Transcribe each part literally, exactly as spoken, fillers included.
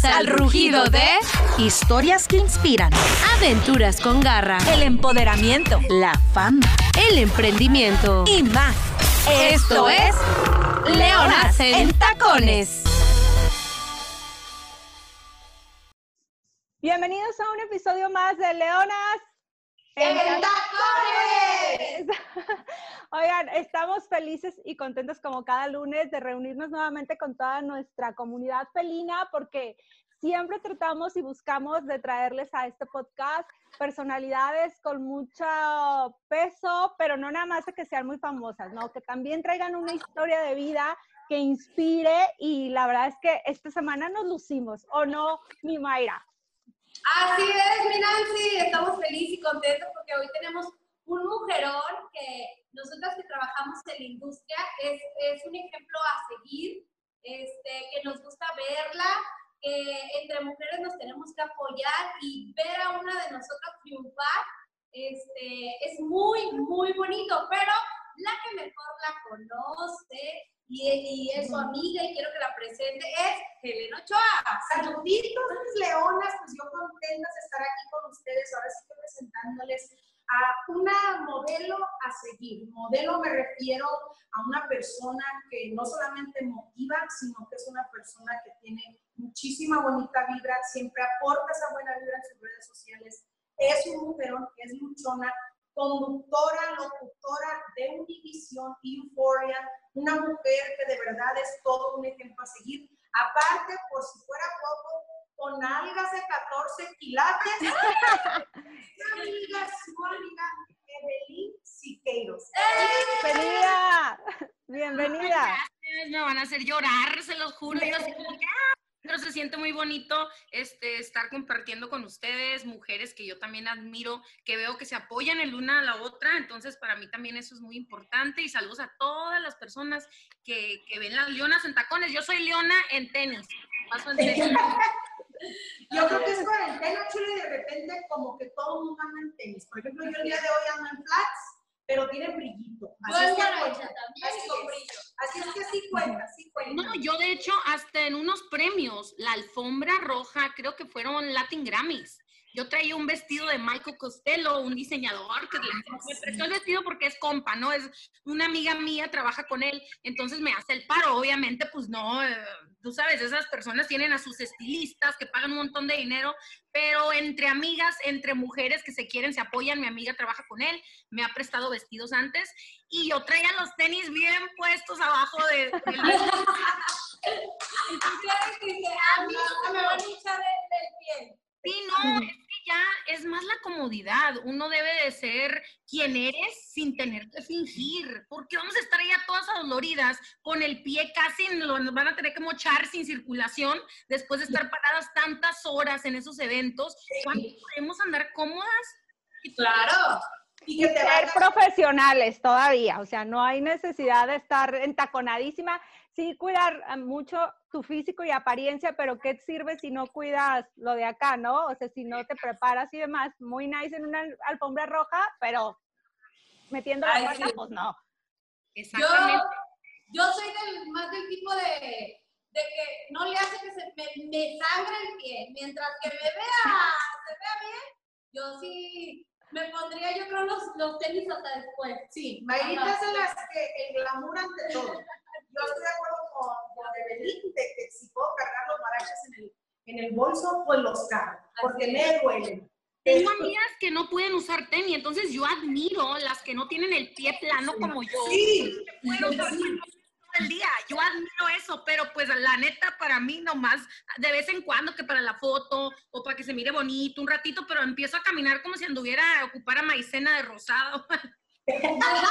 Bienvenidos al rugido de historias que inspiran, aventuras con garra, el empoderamiento, la fama, el emprendimiento y más. Esto es Leonas en Tacones. Bienvenidos a un episodio más de Leonas en Tacones. Oigan, estamos felices y contentos como cada lunes de reunirnos nuevamente con toda nuestra comunidad felina, porque siempre tratamos y buscamos de traerles a este podcast personalidades con mucho peso, pero no nada más de que sean muy famosas, ¿no? Que también traigan una historia de vida que inspire, y la verdad es que esta semana nos lucimos, ¿o no, mi Mayra? Así es, mi Nancy, estamos felices y contentos porque hoy tenemos un mujerón que nosotras que trabajamos en la industria es, es un ejemplo a seguir, este, que nos gusta verla, que entre mujeres nos tenemos que apoyar y ver a una de nosotras triunfar, este, es muy, muy bonito, pero la que mejor la conoce y, y es su amiga y quiero que la presente es Helen Ochoa. Saluditos, leonas, pues yo contenta de estar aquí con ustedes, ahora sí estoy presentándoles a una modelo a seguir. Modelo me refiero a una persona que no solamente motiva, sino que es una persona que tiene muchísima bonita vibra, siempre aporta esa buena vibra en sus redes sociales. Es un mujerón, es luchona, conductora, locutora de Univisión, Euphoria, una mujer que de verdad es todo un ejemplo a seguir. Aparte, por si fuera poco, con algas de catorce quilates, su amiga, su amiga Evelyn Siqueiros. ¡Bienvenida! ¡Bienvenida! Gracias, me van a hacer llorar, se los juro. Yo así como que, ¡ah! Pero se siente muy bonito este, estar compartiendo con ustedes, mujeres que yo también admiro, que veo que se apoyan el una a la otra, entonces para mí también eso es muy importante, y saludos a todas las personas que, que ven las leonas en tacones. Yo soy leona en tenis, paso en tenis. Yo creo que es cuarentena, chule, de repente como que todo el mundo anda en tenis. Por ejemplo, yo el día de hoy ando en flats, pero tiene brillito. Así es que cuenta. Así con brillo. Así es que sí cuenta, sí cuenta. No, yo de hecho hasta en unos premios, la alfombra roja, creo que fueron Latin Grammys. Yo traía un vestido de Michael Costello, un diseñador que me prestó el vestido porque es compa, ¿no? Es una amiga mía, trabaja con él, entonces me hace el paro. Obviamente, pues no, eh, tú sabes, esas personas tienen a sus estilistas que pagan un montón de dinero, pero entre amigas, entre mujeres que se quieren, se apoyan. Mi amiga trabaja con él, me ha prestado vestidos antes, y yo traía los tenis bien puestos abajo de... de a mí no me van a echar el pie. Sí, no, es que ya es más la comodidad. Uno debe de ser quien eres sin tener que fingir, porque vamos a estar ya todas adoloridas con el pie casi, nos van a tener que mochar sin circulación después de estar paradas tantas horas en esos eventos. ¿Cuándo podemos andar cómodas? Claro. Y que te ser profesionales todavía, o sea, no hay necesidad de estar entaconadísima. Sí, cuidar mucho tu físico y apariencia, pero ¿qué sirve si no cuidas lo de acá, no? O sea, si no te preparas y demás, muy nice en una alfombra roja, pero metiendo la mano, sí. Pues no. Exactamente. Yo, yo soy del, más del tipo de, de que no le hace que se me, me sangre el pie, mientras que me vea, se vea bien, yo sí... Me pondría, yo creo, los, los tenis hasta después. Sí, Mayrita es de las que el glamour ante todo. Yo estoy de acuerdo con, con Evelyn de que si puedo cargar los marachas en el, en el bolso, pues los cargo, porque me duelen. Tengo amigas que no pueden usar tenis, entonces yo admiro las que no tienen el pie plano como yo. Sí. Puedo usar todo el día. Yo admiro eso, pero pues la neta para mí nomás de vez en cuando, que para la foto o para que se mire bonito un ratito, pero empiezo a caminar como si anduviera a ocupar a maicena de rosado. Ay,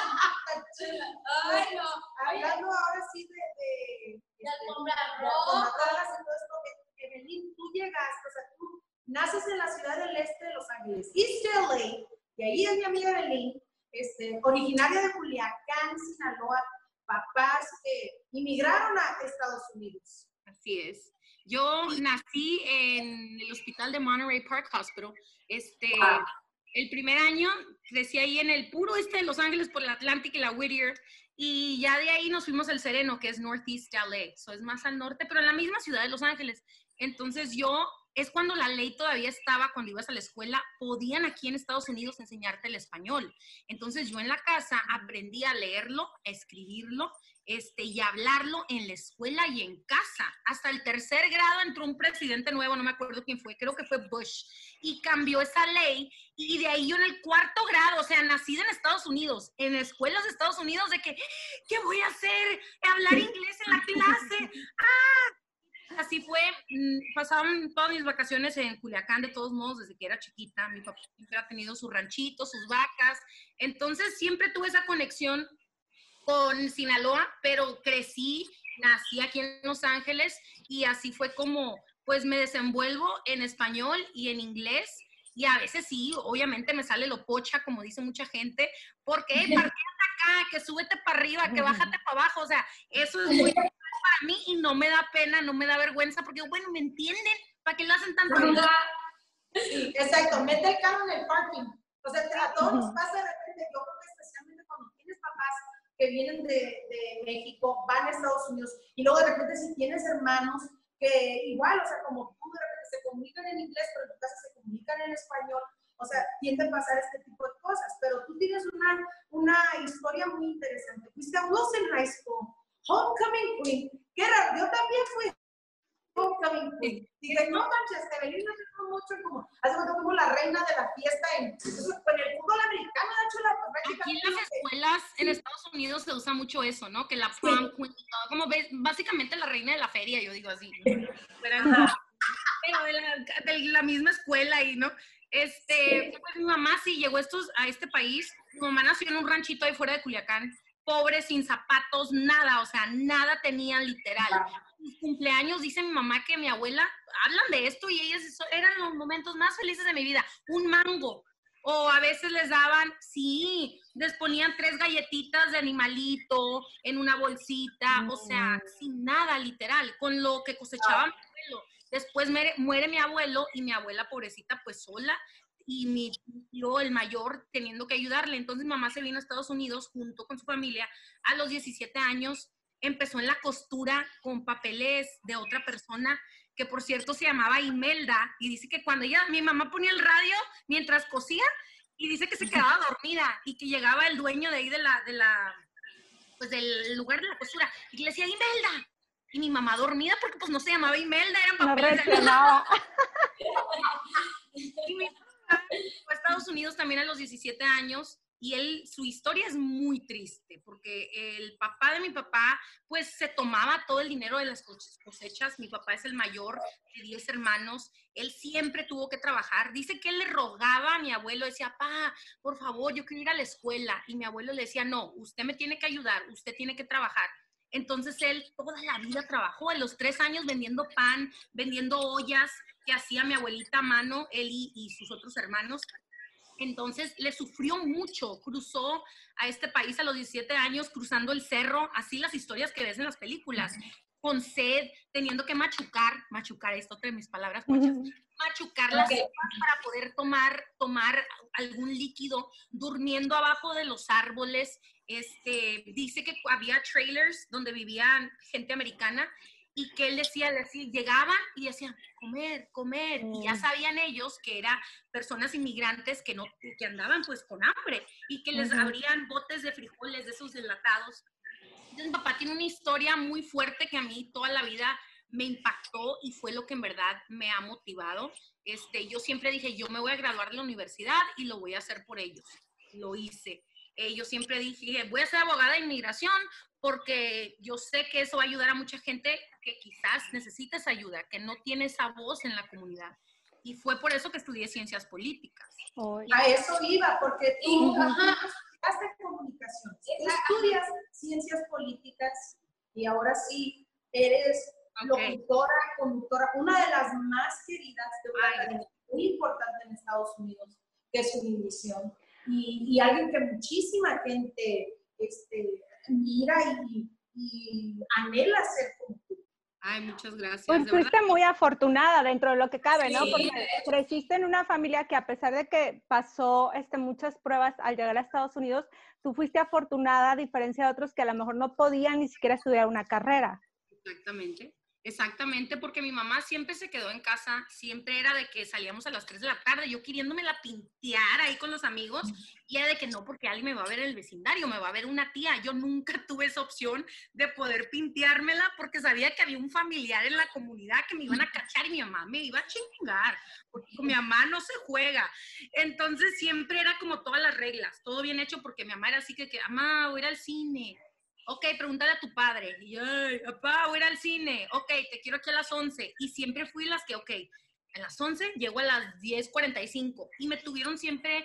no. Hablando ahora sí de, de, de alfombra roja y todo esto, Evelyn, tú llegaste, o sea, tú naces en la ciudad del este de Los Ángeles, East L A, y ahí es mi amiga Evelyn, este, originaria de Culiacán, Sinaloa, papás que inmigraron a Estados Unidos. Así es. Yo nací en el hospital de Monterey Park Hospital. Este, wow. El primer año crecí ahí en el puro este de Los Ángeles por el Atlantic y la Whittier. Y ya de ahí nos fuimos al Sereno, que es Northeast L A, eso es más al norte, pero en la misma ciudad de Los Ángeles. Entonces yo, es cuando la ley todavía estaba, cuando ibas a la escuela, podían aquí en Estados Unidos enseñarte el español. Entonces yo en la casa aprendí a leerlo, a escribirlo, este, y a hablarlo en la escuela y en casa. Hasta el tercer grado entró un presidente nuevo, no me acuerdo quién fue, creo que fue Bush, y cambió esa ley, y de ahí yo en el cuarto grado, o sea, nacida en Estados Unidos, en escuelas de Estados Unidos, de que, ¿qué voy a hacer? Hablar inglés en la clase. ¡Ah! Así fue, pasaban todas mis vacaciones en Culiacán, de todos modos, desde que era chiquita. Mi papá siempre ha tenido su ranchito, sus vacas, entonces siempre tuve esa conexión con Sinaloa, pero crecí, nací aquí en Los Ángeles, y así fue como, pues, me desenvuelvo en español y en inglés, y a veces sí, obviamente me sale lo pocha, como dice mucha gente, porque, hey, parquéate acá, que súbete para arriba, que bájate para abajo, o sea, eso es muy para mí, y no me da pena, no me da vergüenza, porque, bueno, ¿me entienden? ¿Para qué lo hacen tanto? Sí, exacto, mete el carro en el parking. O sea, a todos nos pasa de repente, yo creo que especialmente cuando tienes papás que vienen de, de México, van a Estados Unidos, y luego de repente si tienes hermanos que igual, o sea, como tú de repente se comunican en inglés, pero en tu casa se comunican en español, o sea, tiende a pasar este tipo de cosas. Pero tú tienes una, una historia muy interesante. Fuiste a Wilson High School, Homecoming Queen, que era, yo también fui Homecoming Queen. Dije, no manches, Evelyn me dijo mucho como, hace cuando como la reina de la fiesta en, en el fútbol americano, de hecho, la aquí en las escuelas en Estados Unidos se usa mucho eso, ¿no? Que la prom sí. queen, como ves, básicamente la reina de la feria, yo digo así, ¿no? Pero, pero de, la, de la misma escuela ahí, ¿no? Este, pues mi mamá sí llegó estos, a este país, mi mamá nació en un ranchito ahí fuera de Culiacán, pobre, sin zapatos, nada, o sea, nada tenían literal. Mis cumpleaños, dice mi mamá que mi abuela, hablan de esto y ellas eran los momentos más felices de mi vida, un mango, o a veces les daban, sí, les ponían tres galletitas de animalito en una bolsita, o sea, sin nada, literal, con lo que cosechaba mi abuelo. Después muere, muere mi abuelo y mi abuela pobrecita pues sola, y mi tío, el mayor, teniendo que ayudarle. Entonces mamá se vino a Estados Unidos junto con su familia a los diecisiete años, empezó en la costura con papeles de otra persona, que por cierto se llamaba Imelda, y dice que cuando ella, mi mamá ponía el radio mientras cosía, y dice que se quedaba dormida, y que llegaba el dueño de ahí de la, de la, pues del lugar de la costura, y le decía, Imelda, y mi mamá dormida, porque pues no se llamaba Imelda, eran papeles no de la... Y mi papá fue a Estados Unidos también a los diecisiete años, y él, su historia es muy triste, porque el papá de mi papá, pues se tomaba todo el dinero de las cosechas. Mi papá es el mayor de diez hermanos, él siempre tuvo que trabajar. Dice que él le rogaba a mi abuelo, decía, papá, por favor, yo quiero ir a la escuela. Y mi abuelo le decía, no, usted me tiene que ayudar, usted tiene que trabajar. Entonces él toda la vida trabajó, a los tres años vendiendo pan, vendiendo ollas que hacía mi abuelita a mano, él y, y sus otros hermanos. Entonces le sufrió mucho, cruzó a este país a los diecisiete años, cruzando el cerro, así las historias que ves en las películas, con sed, teniendo que machucar, machucar, esto otra de mis palabras muchas, machucar las okay. para poder tomar, tomar algún líquido, durmiendo abajo de los árboles. Este, dice que había trailers donde vivían gente americana, y que él decía, decía, llegaban y decían, comer, comer, mm. y ya sabían ellos que eran personas inmigrantes que, no, que andaban pues con hambre, y que les uh-huh. abrían botes de frijoles, de esos enlatados. Entonces mi papá tiene una historia muy fuerte que a mí toda la vida me impactó, y fue lo que en verdad me ha motivado. Este, yo siempre dije, yo me voy a graduar de la universidad y lo voy a hacer por ellos. Lo hice. Eh, yo siempre dije, voy a ser abogada de inmigración, porque yo sé que eso va a ayudar a mucha gente que quizás necesita esa ayuda, que no tiene esa voz en la comunidad. Y fue por eso que estudié ciencias políticas. Oh, a eso iba, porque tú estudiaste comunicación, estudias ciencias políticas, y ahora sí eres okay. locutora, conductora, una de las más queridas de una academia muy importante en Estados Unidos, que es Univision. Y, y alguien que muchísima gente este, mira y, y anhela ser como tú. Ay, muchas gracias. Pues de fuiste verdad. muy afortunada dentro de lo que cabe, ¿no? Sí, Porque de hecho. creciste en una familia que a pesar de que pasó este, muchas pruebas al llegar a Estados Unidos, tú fuiste afortunada a diferencia de otros que a lo mejor no podían ni siquiera estudiar una carrera. Exactamente, exactamente, porque mi mamá siempre se quedó en casa, siempre era de que salíamos a las tres de la tarde, yo queriéndome la pintear ahí con los amigos, y era de que no, porque alguien me va a ver en el vecindario, me va a ver una tía. Yo nunca tuve esa opción de poder pinteármela porque sabía que había un familiar en la comunidad que me iban a cachar y mi mamá me iba a chingar, porque con mi mamá no se juega. Entonces siempre era como todas las reglas, todo bien hecho, porque mi mamá era así que, que mamá, voy a ir al cine. Ok, pregúntale a tu padre. Y yo, ay, papá, voy a ir al cine. Ok, te quiero aquí a las once. Y siempre fui las que, ok, a las once llego a las diez cuarenta y cinco. Y me tuvieron siempre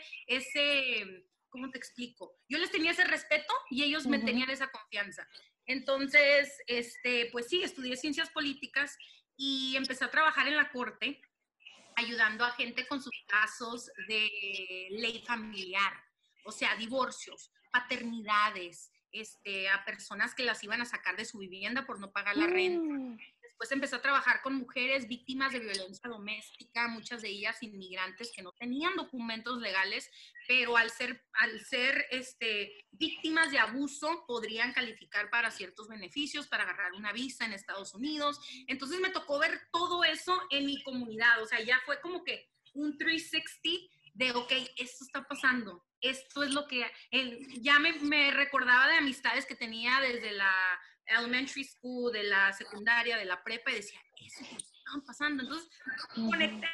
ese, ¿cómo te explico? Yo les tenía ese respeto y ellos me Ujú. tenían esa confianza. Entonces, este, pues sí, estudié ciencias políticas y empecé a trabajar en la corte, ayudando a gente con sus casos de ley familiar, o sea, divorcios, paternidades, este, a personas que las iban a sacar de su vivienda por no pagar la renta. Mm. Después empecé a trabajar con mujeres víctimas de violencia doméstica, muchas de ellas inmigrantes que no tenían documentos legales, pero al ser, al ser este, víctimas de abuso podrían calificar para ciertos beneficios, para agarrar una visa en Estados Unidos. Entonces me tocó ver todo eso en mi comunidad, o sea, ya fue como que un trescientos sesenta de, ok, esto está pasando, esto es lo que, el, ya me, me recordaba de amistades que tenía desde la elementary school, de la secundaria, de la prepa, y decía, eso es lo que está pasando. Entonces, conecté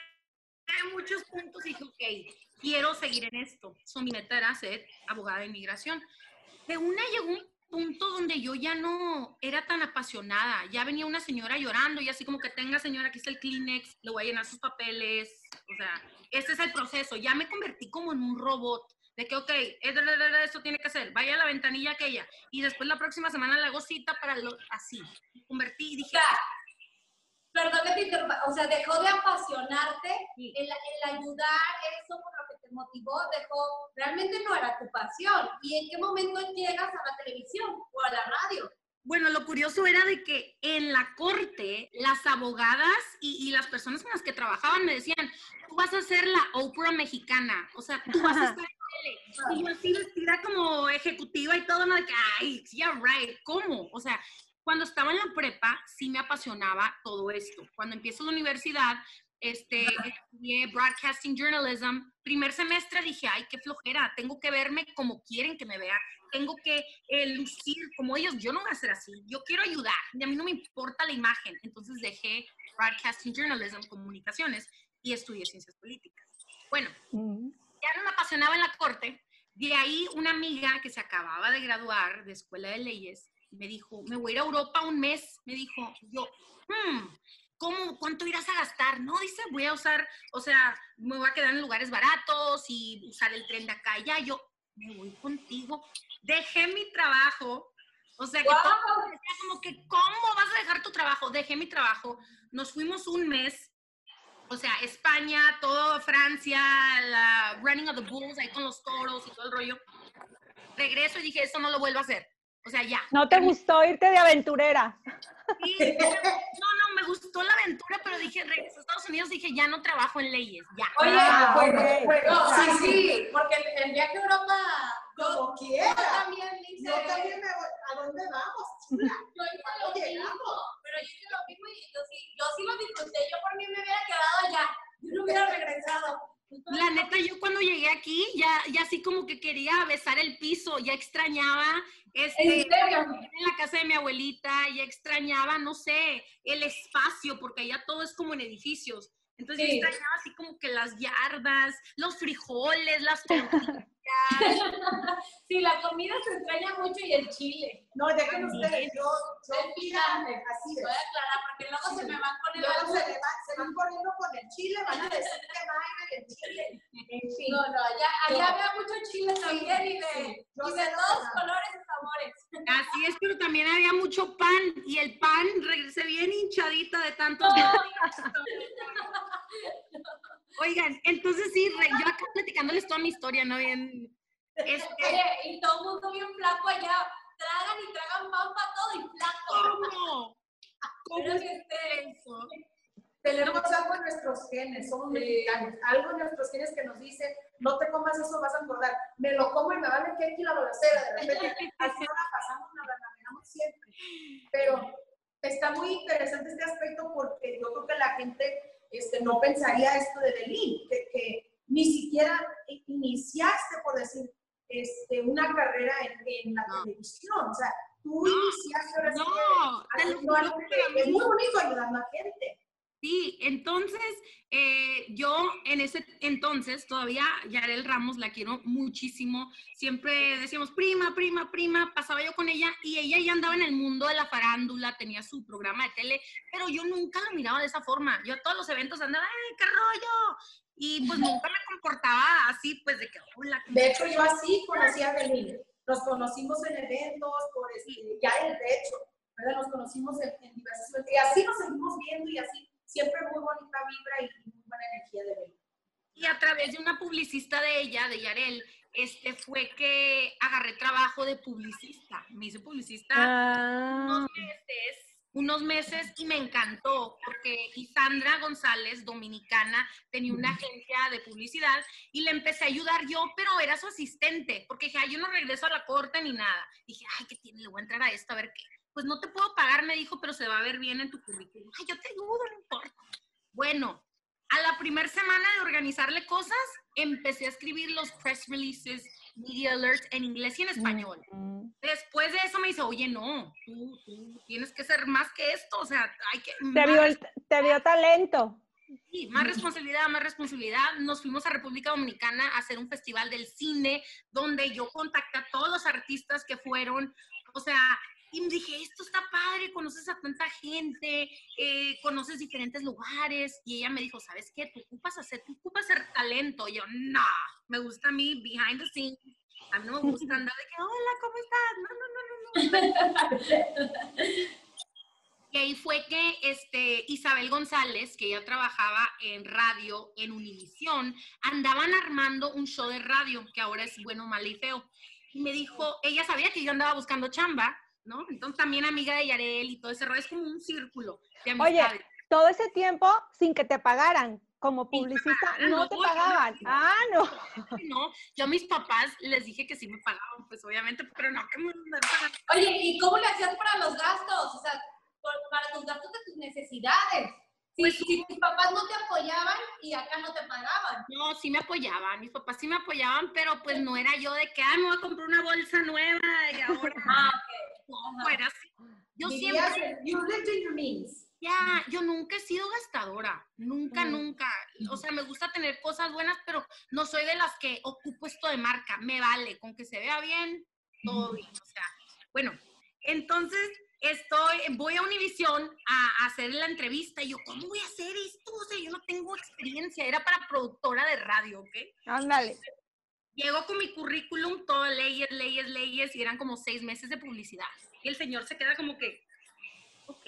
muchos puntos y dije, ok, quiero seguir en esto. So, mi meta era ser abogada de inmigración. De una llegó un punto donde yo ya no era tan apasionada. Ya venía una señora llorando y así como que tenga señora, aquí está el Kleenex, le voy a llenar sus papeles. O sea, este es el proceso. Ya me convertí como en un robot. De que, ok, esto tiene que ser, vaya a la ventanilla aquella. Y después la próxima semana le hago cita para lo, así. Me convertí y dije... Perdón que te interrumpa, o sea, dejó de apasionarte, Sí. el, el ayudar, eso por lo que te motivó, dejó, realmente no era tu pasión. ¿Y en qué momento llegas a la televisión o a la radio? Bueno, lo curioso era de que en la corte, las abogadas y, y las personas con las que trabajaban me decían, tú vas a ser la Oprah mexicana, o sea, tú vas a estar en tele. Y yo así vestida como ejecutiva y todo, ¿no? De que, ay, yeah, right, ¿cómo? O sea, cuando estaba en la prepa, sí me apasionaba todo esto. Cuando empiezo la universidad, este, estudié Broadcasting Journalism. Primer semestre dije, ay, qué flojera, tengo que verme como quieren que me vea. Tengo que eh, lucir como ellos. Yo no voy a ser así. Yo quiero ayudar. Y a mí no me importa la imagen. Entonces dejé Broadcasting Journalism, comunicaciones, y estudié ciencias políticas. Bueno, Mm. ya no me apasionaba en la corte. De ahí una amiga que se acababa de graduar de Escuela de Leyes me dijo, me voy a ir a Europa un mes. Me dijo, yo, hmm, ¿cómo? ¿Cuánto irás a gastar? No, dice, voy a usar, o sea, me voy a quedar en lugares baratos y usar el tren de acá y allá. Yo, me voy contigo. Dejé mi trabajo. O sea, que ¡Wow! todo decía como que, ¿cómo vas a dejar tu trabajo? Dejé mi trabajo. Nos fuimos un mes. O sea, España, todo Francia, la Running of the Bulls, ahí con los toros y todo el rollo. Regreso y dije, eso no lo vuelvo a hacer. O sea, ya. ¿No te gustó irte de aventurera? Sí, no, no, me gustó la aventura, pero dije, regreso a Estados Unidos, dije, ya no trabajo en leyes, ya. Oye, Ah, bueno, ok. bueno, Sí, sí, sí. sí, porque el, el viaje a Europa, Como yo, quiera. yo también hice, Yo también me voy. ¿A dónde vamos, chula? yo hice lo ¿Cuándo mismo, llegamos? pero yo hice lo mismo y yo sí, yo sí lo disfruté, yo por mí me hubiera quedado allá, yo no hubiera regresado. La neta, yo cuando llegué aquí, ya, ya así como que quería besar el piso, ya extrañaba, este, ¿En serio? en la casa de mi abuelita, ya extrañaba, no sé, el espacio, porque allá todo es como en edificios. Entonces Sí. yo extrañaba así como que las yardas, los frijoles, las tortillas. Sí, la comida se extraña mucho y el chile. No, dejen También. ustedes, yo, yo El picante. así Voy es. a aclarar porque luego Sí. se me van con el Luego albur. se, le va, se van corriendo con el chile, van a decir que Mayra y el chile. En fin. No, no, allá, allá había mucho chile también y de, sí, yo y sé de lo que todos va. colores y sabores. Así es, pero también había mucho pan, y el pan regresé bien hinchadita de tanto. Oigan, entonces sí, re- yo acá platicándoles toda mi historia, ¿no? Bien, este, Oye, y todo el mundo bien flaco allá. Tragan y tragan pan para todo y flaco. ¿cómo? ¿Cómo Creo es que este- eso? Tenemos algo en nuestros genes, somos mexicanos, algo en nuestros genes que nos dice, no te comas eso, vas a engordar. Me lo como y me vale que aquí la balacera, de repente, así no la pasamos, la navegamos siempre. Pero está muy interesante este aspecto porque yo creo que la gente este, no pensaría esto de Belín, que, que ni siquiera iniciaste, por decir, este, una carrera en, en la No. televisión, o sea, tú No, iniciaste ahora sí no, que te lo haciendo juro algo que que para mí- es muy bonito ayudando a gente. Sí, entonces, eh, yo en ese entonces, todavía Yarel Ramos la quiero muchísimo, siempre decíamos prima, prima, prima, pasaba yo con ella y ella ya andaba en el mundo de la farándula, tenía su programa de tele, pero yo nunca la miraba de esa forma, yo a todos los eventos andaba, ¡ay, qué rollo! Y pues nunca me comportaba así, pues de que, hola. De hecho, yo así conocí a Belín. Nos conocimos en eventos, por este, ya el de hecho, ¿verdad? Nos conocimos en, en diversos eventos y así nos seguimos viendo y así, siempre muy bonita vibra y muy buena energía de Belín. Y a través de una publicista de ella, de Yarel, este, fue que agarré trabajo de publicista. Me hice publicista Ah, unos meses, unos meses y me encantó porque Isandra González, dominicana, tenía una agencia de publicidad y le empecé a ayudar yo, pero era su asistente, porque dije, ay, yo no regreso a la corte ni nada. Dije, ay, ¿qué tiene? Le voy a entrar a esto a ver qué. Pues no te puedo pagar, me dijo, pero se va a ver bien en tu currículum. Ay, yo te ayudo, no importa. Bueno, a la primera semana de organizarle cosas, empecé a escribir los press releases, media alerts en inglés y en español. mm, Después de eso me dice, oye, no, tú, tú tienes que ser más que esto, o sea, hay que... te más, vio, el- te vio talento. sí, más responsabilidad, más responsabilidad. Nos fuimos a República Dominicana a hacer un festival del cine, donde yo contacté a todos los artistas que fueron, o sea, y me dije, esto está padre, conoces a tanta gente, eh, conoces diferentes lugares, y ella me dijo, ¿sabes qué? Tú ocupas hacer, tú ocupas ser talento. Y yo, no, me gusta a mí behind the scenes. A mí no me gusta andar de que, hola, ¿cómo estás? No, no, no, no, no. Y ahí fue que este, Isabel González, que ella trabajaba en radio en Univisión, andaban armando un show de radio, que ahora es Bueno, Mal y Feo. Y me dijo, ella sabía que yo andaba buscando chamba, ¿no? Entonces también amiga de Yarel y todo ese rollo, es como un círculo de amistades. Oye, todo ese tiempo sin que te pagaran. Como Sin que me publicista pagaran, no no, te yo me- pagaban. Ah, no. No, yo a mis papás les dije que sí me pagaban, pues obviamente, pero no que me me pagaran. Oye, ¿y cómo le hacías para los gastos? O sea, por- para tus gastos de tus necesidades. Si, Pues- si tus papás no te apoyaban y acá no te pagaban. No, sí me apoyaban, mis papás sí me apoyaban, pero pues no era yo de que, ah, me voy a comprar una bolsa nueva y ahora Ah, no, era así. Yo Dirías, siempre, you lived in your means. ya, yo nunca he sido gastadora, nunca, Mm. nunca. O sea, me gusta tener cosas buenas, pero no soy de las que ocupo esto de marca, me vale, con que se vea bien, todo bien, o sea, bueno, entonces estoy, voy a Univisión a, a hacer la entrevista y yo, ¿cómo voy a hacer esto? O sea, yo no tengo experiencia, era para productora de radio, ¿ok? Ándale. Llego con mi currículum, todo leyes, leyes, leyes, y eran como seis meses de publicidad. Y el señor se queda como que, ok.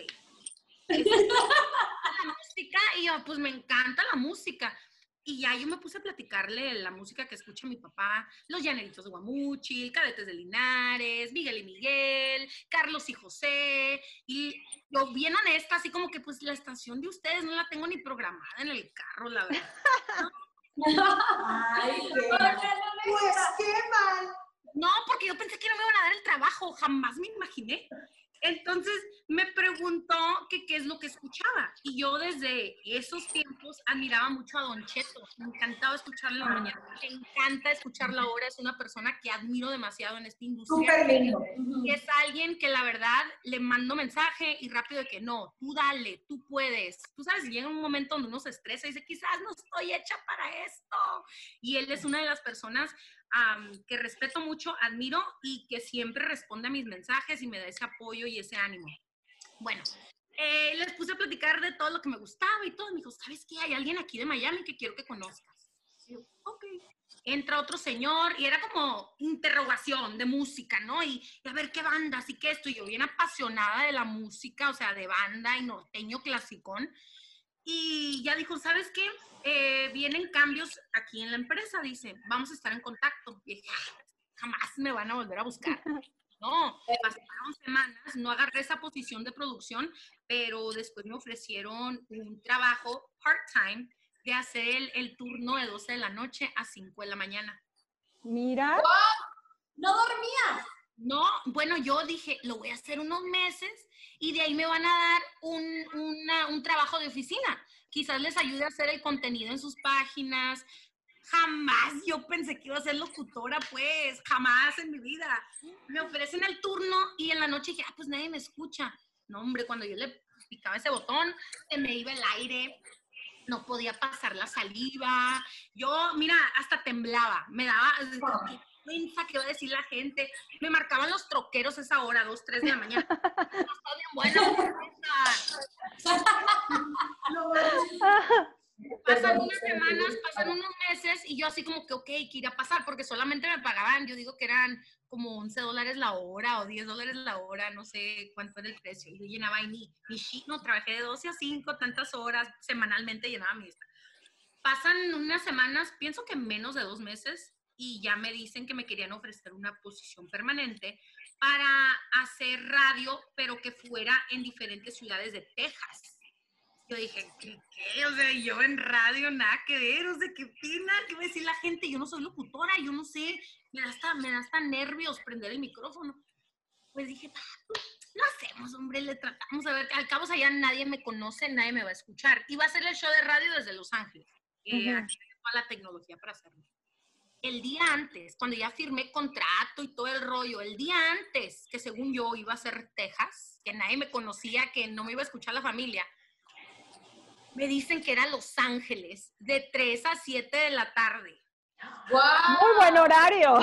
La música, y yo, pues me encanta la música. Y ya yo me puse a platicarle la música que escucha mi papá, los Llaneritos de Guamuchil, Cadetes de Linares, Miguel y Miguel, Carlos y José, y yo bien honesta, así como que pues la estación de ustedes no la tengo ni programada en el carro, la verdad. Ay, qué mal. Pues qué mal. No, porque yo pensé que no me iban a dar el trabajo, jamás me imaginé. Entonces me preguntó que qué es lo que escuchaba. Y yo desde esos tiempos admiraba mucho a Don Cheto. Me encantaba escucharlo en la mañana. Me encanta escucharlo ahora. Es una persona que admiro demasiado en esta industria. Súper lindo. Y es alguien que la verdad le mando mensaje y rápido de que no, tú dale, tú puedes. Tú sabes, llega un momento donde uno se estresa y dice, quizás no estoy hecha para esto. Y él es una de las personas um, que respeto mucho, admiro y que siempre responde a mis mensajes y me da ese apoyo y ese ánimo. Bueno, eh, les puse a platicar de todo lo que me gustaba y todo. Me dijo, ¿sabes qué? Hay alguien aquí de Miami que quiero que conozcas. Y yo, ok. Entra otro señor y era como interrogación de música, ¿no? Y, y a ver qué bandas y qué esto. Y yo bien apasionada de la música, o sea, de banda y norteño clasicón. Y ya dijo, ¿sabes qué? Eh, vienen cambios aquí en la empresa, dice, vamos a estar en contacto. Y dije, ah, jamás me van a volver a buscar. No, pasaron semanas, no agarré esa posición de producción, pero después me ofrecieron un trabajo part-time de hacer el, el turno de doce de la noche a cinco de la mañana. Mira. ¿No dormías? No, bueno, yo dije, lo voy a hacer unos meses y de ahí me van a dar un, una, un trabajo de oficina. Quizás les ayude a hacer el contenido en sus páginas. Jamás yo pensé que iba a ser locutora, pues, jamás en mi vida. Me ofrecen el turno y en la noche dije, ah, pues nadie me escucha. No, hombre, cuando yo le picaba ese botón, se me iba el aire, no podía pasar la saliva. Yo, mira, hasta temblaba, me daba... Piensa qué va a decir la gente. Me marcaban los troqueros esa hora, dos, tres de la mañana. No, está bien bueno. Pasan unas semanas, pasan unos meses y yo así como que, ok, ¿qué irá a pasar? Porque solamente me pagaban, yo digo que eran como once dólares la hora o diez dólares la hora, no sé cuánto era el precio. Y yo llenaba ahí mi, mi sheet, no, trabajé de doce a cinco, tantas horas, semanalmente llenaba mi lista. Pasan unas semanas, pienso que menos de dos meses, y ya me dicen que me querían ofrecer una posición permanente para hacer radio, pero que fuera en diferentes ciudades de Texas. Yo dije, ¿qué? qué? O sea, yo en radio nada que ver, o sea, ¿qué pena? ¿Qué va a decir la gente? Yo no soy locutora, yo no sé, me da hasta, me da hasta nervios prender el micrófono. Pues dije, ah, lo hacemos, hombre, le tratamos a ver, al cabo allá nadie me conoce, nadie me va a escuchar. Iba a hacer el show de radio desde Los Ángeles, eh, uh-huh. Aquí tengo toda la tecnología para hacerlo. El día antes, cuando ya firmé contrato y todo el rollo, el día antes, que según yo iba a ser Texas, que nadie me conocía, que no me iba a escuchar la familia, me dicen que era Los Ángeles, de tres a siete de la tarde. ¡Wow! Muy buen horario.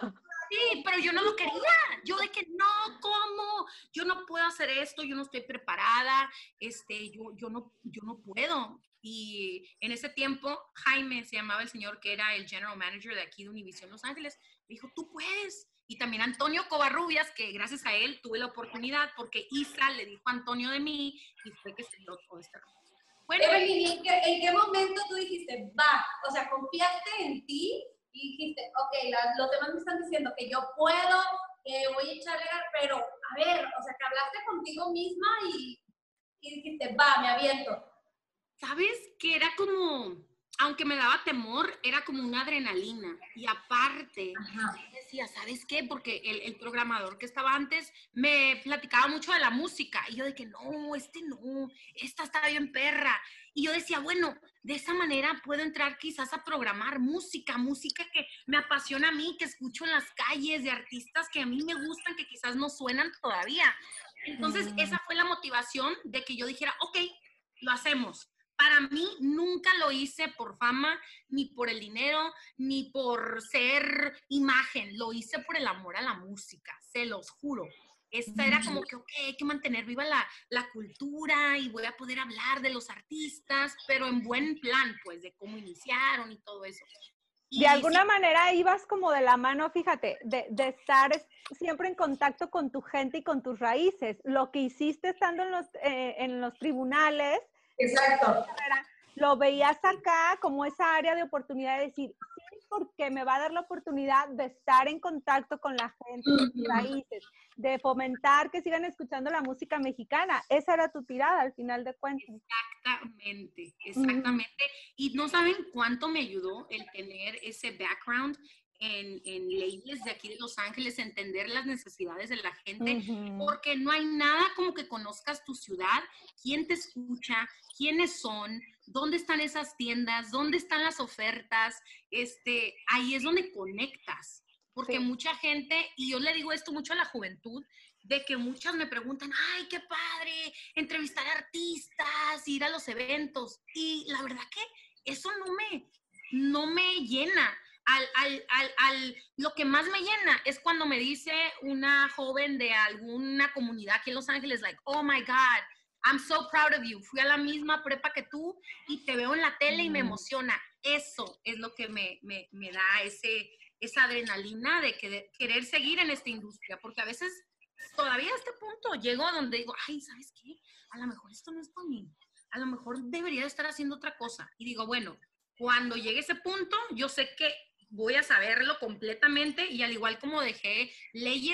Sí, pero yo no lo quería. Yo de que no, ¿cómo? Yo no puedo hacer esto, yo no estoy preparada, este, yo, yo, no, yo no puedo. Y en ese tiempo, Jaime, se llamaba el señor que era el general manager de aquí de Univision Los Ángeles, me dijo, tú puedes. Y también Antonio Covarrubias, que gracias a él tuve la oportunidad, porque Isa le dijo a Antonio de mí, y fue que se dio todo este rollo. Bueno, Evelyn, ¿en qué, ¿en qué momento tú dijiste, va? O sea, confiaste en ti y dijiste, ok, la, los demás me están diciendo que yo puedo, que voy a echarle, pero a ver, o sea, que hablaste contigo misma y, y dijiste, va, me aviento. ¿Sabes? Que era como, aunque me daba temor, era como una adrenalina. Y aparte, ajá, decía, ¿sabes qué? Porque el, el programador que estaba antes me platicaba mucho de la música. Y yo de que, no, este no, esta está bien perra. Y yo decía, bueno, de esa manera puedo entrar quizás a programar música, música que me apasiona a mí, que escucho en las calles, de artistas que a mí me gustan, que quizás no suenan todavía. Entonces, mm. esa fue la motivación de que yo dijera, ok, lo hacemos. Para mí, nunca lo hice por fama, ni por el dinero, ni por ser imagen. Lo hice por el amor a la música, se los juro. Esta era como que, ok, hay que mantener viva la, la cultura y voy a poder hablar de los artistas, pero en buen plan, pues, de cómo iniciaron y todo eso. Y de alguna sí, manera ibas como de la mano, fíjate, de, de estar siempre en contacto con tu gente y con tus raíces. Lo que hiciste estando en los, eh, en los tribunales, exacto, lo veías acá como esa área de oportunidad de decir, sí, porque me va a dar la oportunidad de estar en contacto con la gente, con sus raíces, de fomentar que sigan escuchando la música mexicana. Esa era tu tirada al final de cuentas. Exactamente, exactamente. Mm. Y no saben cuánto me ayudó el tener ese background en, en leyes de aquí de Los Ángeles, entender las necesidades de la gente, uh-huh. porque no hay nada como que conozcas tu ciudad, quién te escucha, quiénes son, dónde están esas tiendas, dónde están las ofertas, este, ahí es donde conectas, porque sí. mucha gente, y yo le digo esto mucho a la juventud, de que muchas me preguntan, ay, qué padre, entrevistar a artistas, ir a los eventos, y la verdad que eso no me, no me llena. Al, al, al, al, lo que más me llena es cuando me dice una joven de alguna comunidad aquí en Los Ángeles, like, oh my God, I'm so proud of you. Fui a la misma prepa que tú y te veo en la tele mm. y me emociona. Eso es lo que me, me, me da ese, esa adrenalina de, que, de querer seguir en esta industria, porque a veces todavía a este punto llego a donde digo, ay, ¿sabes qué? A lo mejor esto no es para mí. A lo mejor debería estar haciendo otra cosa. Y digo, bueno, cuando llegue ese punto, yo sé que voy a saberlo completamente y al igual como dejé leyes,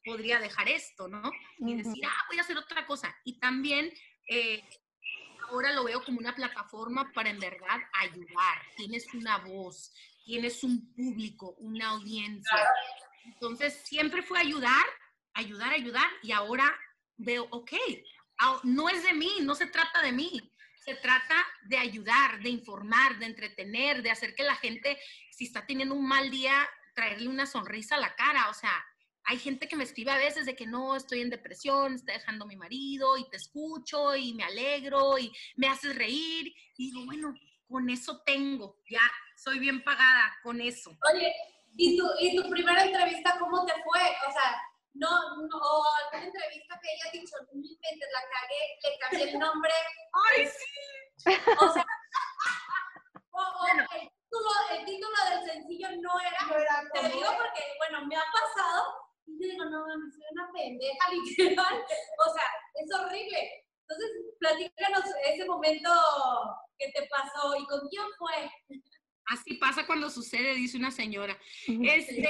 podría dejar esto, ¿no? Y decir, ah, voy a hacer otra cosa. Y también eh, ahora lo veo como una plataforma para en verdad ayudar. Tienes una voz, tienes un público, una audiencia. Entonces siempre fue ayudar, ayudar, ayudar. Y ahora veo, ok, no es de mí, no se trata de mí. Se trata de ayudar, de informar, de entretener, de hacer que la gente, si está teniendo un mal día, traerle una sonrisa a la cara. O sea, hay gente que me escribe a veces de que no, estoy en depresión, está dejando a mi marido y te escucho y me alegro y me haces reír. Y digo, bueno, con eso tengo, ya soy bien pagada con eso. Oye, ¿y tu, y tu primera entrevista cómo te fue? O sea, no, no, o alguna entrevista que hayas dicho, no inventes, la cagué, le cambié el nombre. ¡Ay, sí! O sea, o, o bueno, el, título, el título del sencillo no era, no era te digo porque, bueno, me ha pasado, y yo digo, no, me soy una pendeja, literal, o sea, es horrible. Entonces, platícanos ese momento que te pasó, ¿y con quién fue? Así pasa cuando sucede, dice una señora. Este...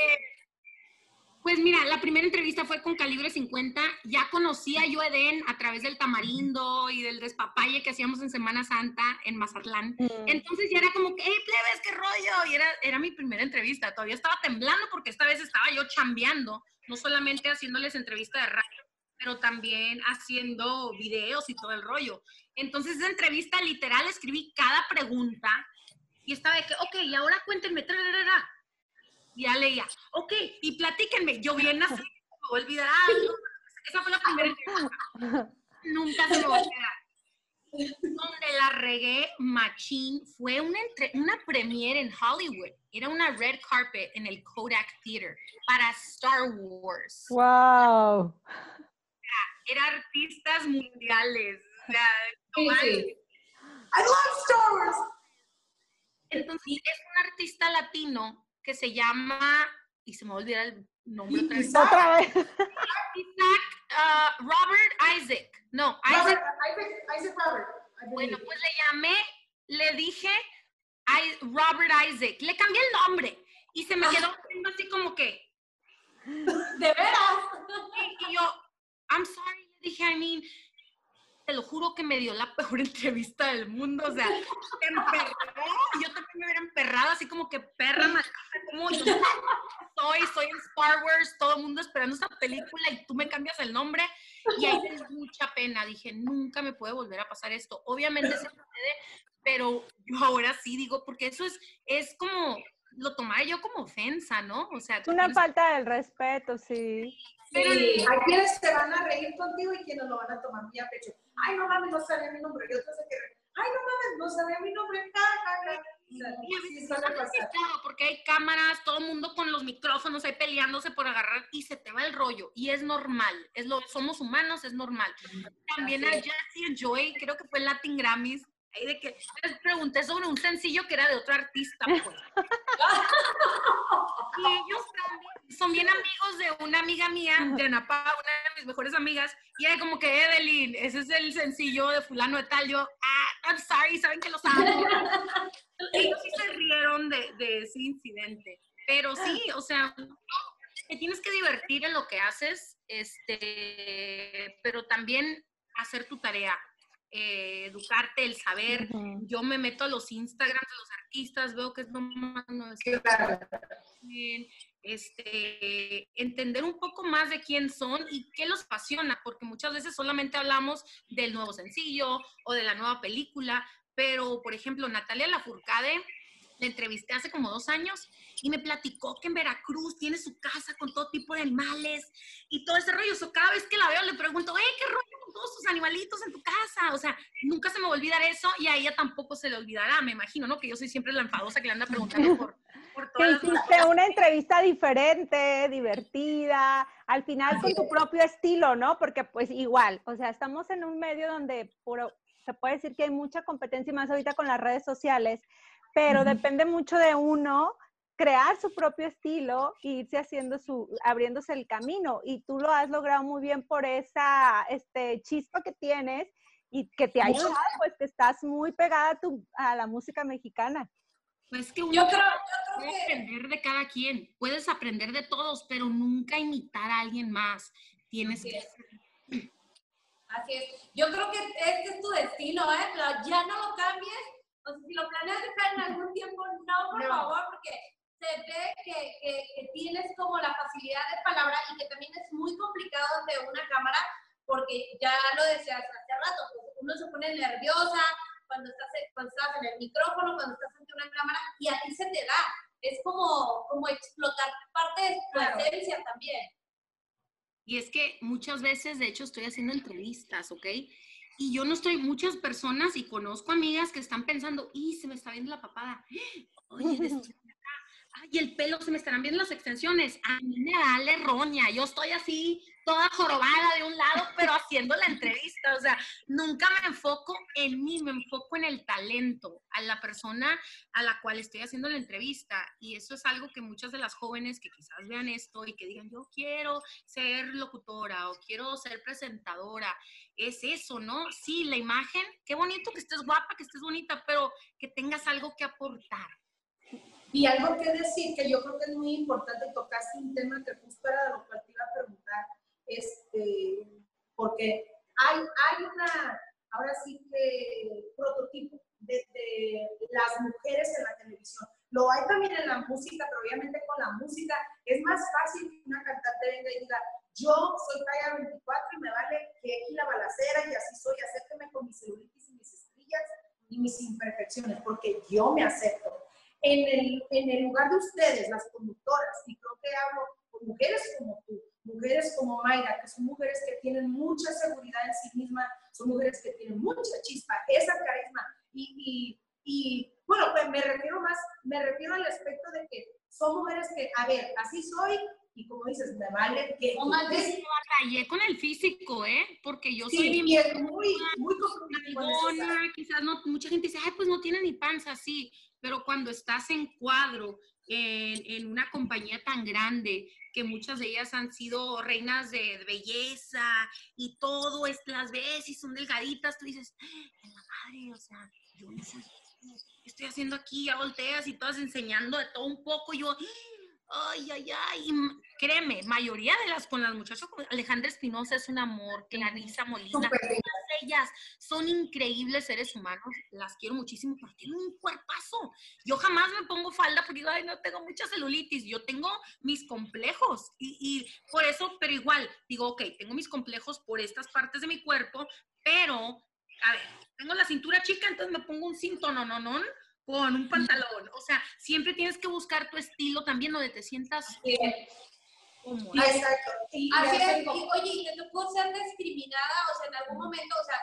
Pues mira, la primera entrevista fue con Calibre cincuenta, ya conocía yo a Edén a través del tamarindo y del despapalle que hacíamos en Semana Santa en Mazatlán, mm. entonces ya era como que, hey, plebes, qué rollo, y era, era mi primera entrevista, todavía estaba temblando porque esta vez estaba yo chambeando, no solamente haciéndoles entrevista de radio, pero también haciendo videos y todo el rollo. Entonces esa entrevista literal escribí cada pregunta y estaba de que, ok, y ahora cuéntenme, trarara. Y ya leía, ok, y platíquenme, yo bien así, me voy a olvidar, ah, no, esa fue la primera entrevista, nunca se me va a olvidar. Donde la regué machín fue una, entre, una premiere en Hollywood, era una red carpet en el Kodak Theater para Star Wars. ¡Wow! Era, era artistas mundiales, o sea, sí, sí. I love Star Wars. Entonces, es un artista latino que se llama, y se me va a olvidar el nombre otra vez. Otra vez. Isaac, uh, Robert Isaac. No, Isaac. Robert, Isaac, Isaac Robert. Bueno, pues le llamé, le dije I, Robert Isaac. Le cambié el nombre y se me quedó así como que. ¿De veras? Y, y yo, I'm sorry, le dije, I mean, te lo juro que me dio la peor entrevista del mundo, o sea, te emperró, y yo también me hubiera emperrado, así como que perra, maldita, como yo soy, soy en Star Wars, todo el mundo esperando esta película y tú me cambias el nombre, y ahí me dio mucha pena, dije, nunca me puede volver a pasar esto, obviamente se sucede, pero yo ahora sí digo, porque eso es, es como, lo tomaré yo como ofensa, ¿no? O sea, es una tienes... falta del respeto, sí. Pero sí, hay quienes se van a reír contigo y quienes lo van a tomar muy a pecho. Ay, no mames, no sabía mi nombre. Y otros se quedan, ay, no mames, no sabía mi nombre. Ja, ja, ja. O sea, y a veces sí, suele pasar. Porque hay cámaras, todo el mundo con los micrófonos ahí peleándose por agarrar y se te va el rollo. Y es normal. Es lo, somos humanos, es normal. También a Jessie Joy, creo que fue en Latin Grammys, ahí de que les pregunté sobre un sencillo que era de otro artista, pues. Y ellos también son bien amigos de una amiga mía, de Anapá, una de mis mejores amigas, y era como que, Evelyn, ese es el sencillo de fulano de tal, yo, ah, I'm sorry, saben que lo saben. Ellos sí se rieron de, de ese incidente, pero sí, o sea, te tienes que divertir en lo que haces, este, pero también hacer tu tarea. Eh, educarte, el saber. Uh-huh. Yo me meto a los Instagrams de los artistas, veo que es lo más no es bien, este, entender un poco más de quién son y qué los apasiona, porque muchas veces solamente hablamos del nuevo sencillo o de la nueva película, pero por ejemplo Natalia Lafourcade la entrevisté hace como dos años y me platicó que en Veracruz tiene su casa con todo tipo de animales y todo ese rollo. O sea, cada vez que la veo le pregunto, hey, ¿qué rollo con todos tus animalitos en tu casa? O sea, nunca se me va a olvidar eso y a ella tampoco se le olvidará, me imagino, ¿no? Que yo soy siempre la enfadosa que le anda preguntando por, por todas las hiciste cosas. Una entrevista diferente, divertida, al final con tu propio estilo, ¿no? Porque pues igual, o sea, estamos en un medio donde puro, se puede decir que hay mucha competencia y más ahorita con las redes sociales, pero uh-huh. depende mucho de uno crear su propio estilo e irse haciendo su, abriéndose el camino, y tú lo has logrado muy bien por esa este, chispa que tienes y que te ha ayudado, pues que estás muy pegada a, tu, a la música mexicana. Pues que uno... yo, creo, yo Puedes que... aprender de cada quien, puedes aprender de todos, pero nunca imitar a alguien más. Tienes Así que... es. Así es. Yo creo que este es tu destino, ¿eh? Pero ya no lo cambies. O sea, si lo planeas dejar en algún tiempo, no, por No. favor, porque se ve que, que, que tienes como la facilidad de palabra y que también es muy complicado ante una cámara, porque ya lo decías hace rato, pues uno se pone nerviosa cuando estás, cuando estás en el micrófono, cuando estás ante una cámara, y a ti se te da. Es como, como explotar parte de tu Claro. esencia también. Y es que muchas veces, de hecho, estoy haciendo entrevistas, ¿ok? Y yo no estoy, muchas personas, y conozco amigas que están pensando, ¡y se me está viendo la papada! Oye, después, ¡ay, el pelo, se me estarán viendo las extensiones! A mí me da la roña, yo estoy así, toda jorobada de un lado, pero haciendo la entrevista. O sea, nunca me enfoco en mí, me enfoco en el talento, a la persona a la cual estoy haciendo la entrevista. Y eso es algo que muchas de las jóvenes que quizás vean esto y que digan, yo quiero ser locutora o quiero ser presentadora, es eso, ¿no? Sí, la imagen, qué bonito que estés guapa, que estés bonita, pero que tengas algo que aportar. Y algo que decir, que yo creo que es muy importante, tocaste un tema que justo era de lo que te iba a preguntar, este, porque hay, hay una, ahora sí que, prototipo de, de las mujeres en la televisión. Lo hay también en la música, pero obviamente con la música es más fácil que una cantante venga y diga, yo soy talla veinticuatro y me vale que aquí la balacera y así soy, acépteme con mis celulitis y mis estrías y mis imperfecciones, porque yo me acepto. En el, en el lugar de ustedes, las conductoras, y creo que hablo con mujeres como tú, mujeres como Mayra, que son mujeres que tienen mucha seguridad en sí mismas, son mujeres que tienen mucha chispa, esa carisma, y, y, y bueno, pues me refiero más, me refiero al aspecto de que son mujeres que, a ver, así soy, y como dices, me vale que... O más bien, Yo batallé con el físico, ¿eh? Porque yo sí, soy bien... y es muy, muy complicado. Quizás no, mucha gente dice, ay, pues no tiene ni panza, sí, pero cuando estás en cuadro, en, en una compañía tan grande, que muchas de ellas han sido reinas de, de belleza, y todo, es, las ves y son delgaditas, tú dices, en la madre, o sea, yo no soy esto, ¿qué estoy haciendo aquí? Ya volteas y todas enseñando de todo un poco, y yo... Ay, ay, ay, y créeme, mayoría de las con las muchachas, como Alejandra Espinosa es un amor, Clarisa Molina, todas ellas son increíbles seres humanos, las quiero muchísimo, pero tienen un cuerpazo. Yo jamás me pongo falda porque digo, ay, no tengo mucha celulitis, yo tengo mis complejos, y, y por eso, pero igual, digo, ok, tengo mis complejos por estas partes de mi cuerpo, pero, a ver, tengo la cintura chica, entonces me pongo un cinto, no, no, no, con un pantalón. O sea, siempre tienes que buscar tu estilo también donde te sientas cómoda. Sí, exacto. Y, así y es, así y, como- oye, ¿y te tocó ser discriminada? O sea, en algún momento, o sea,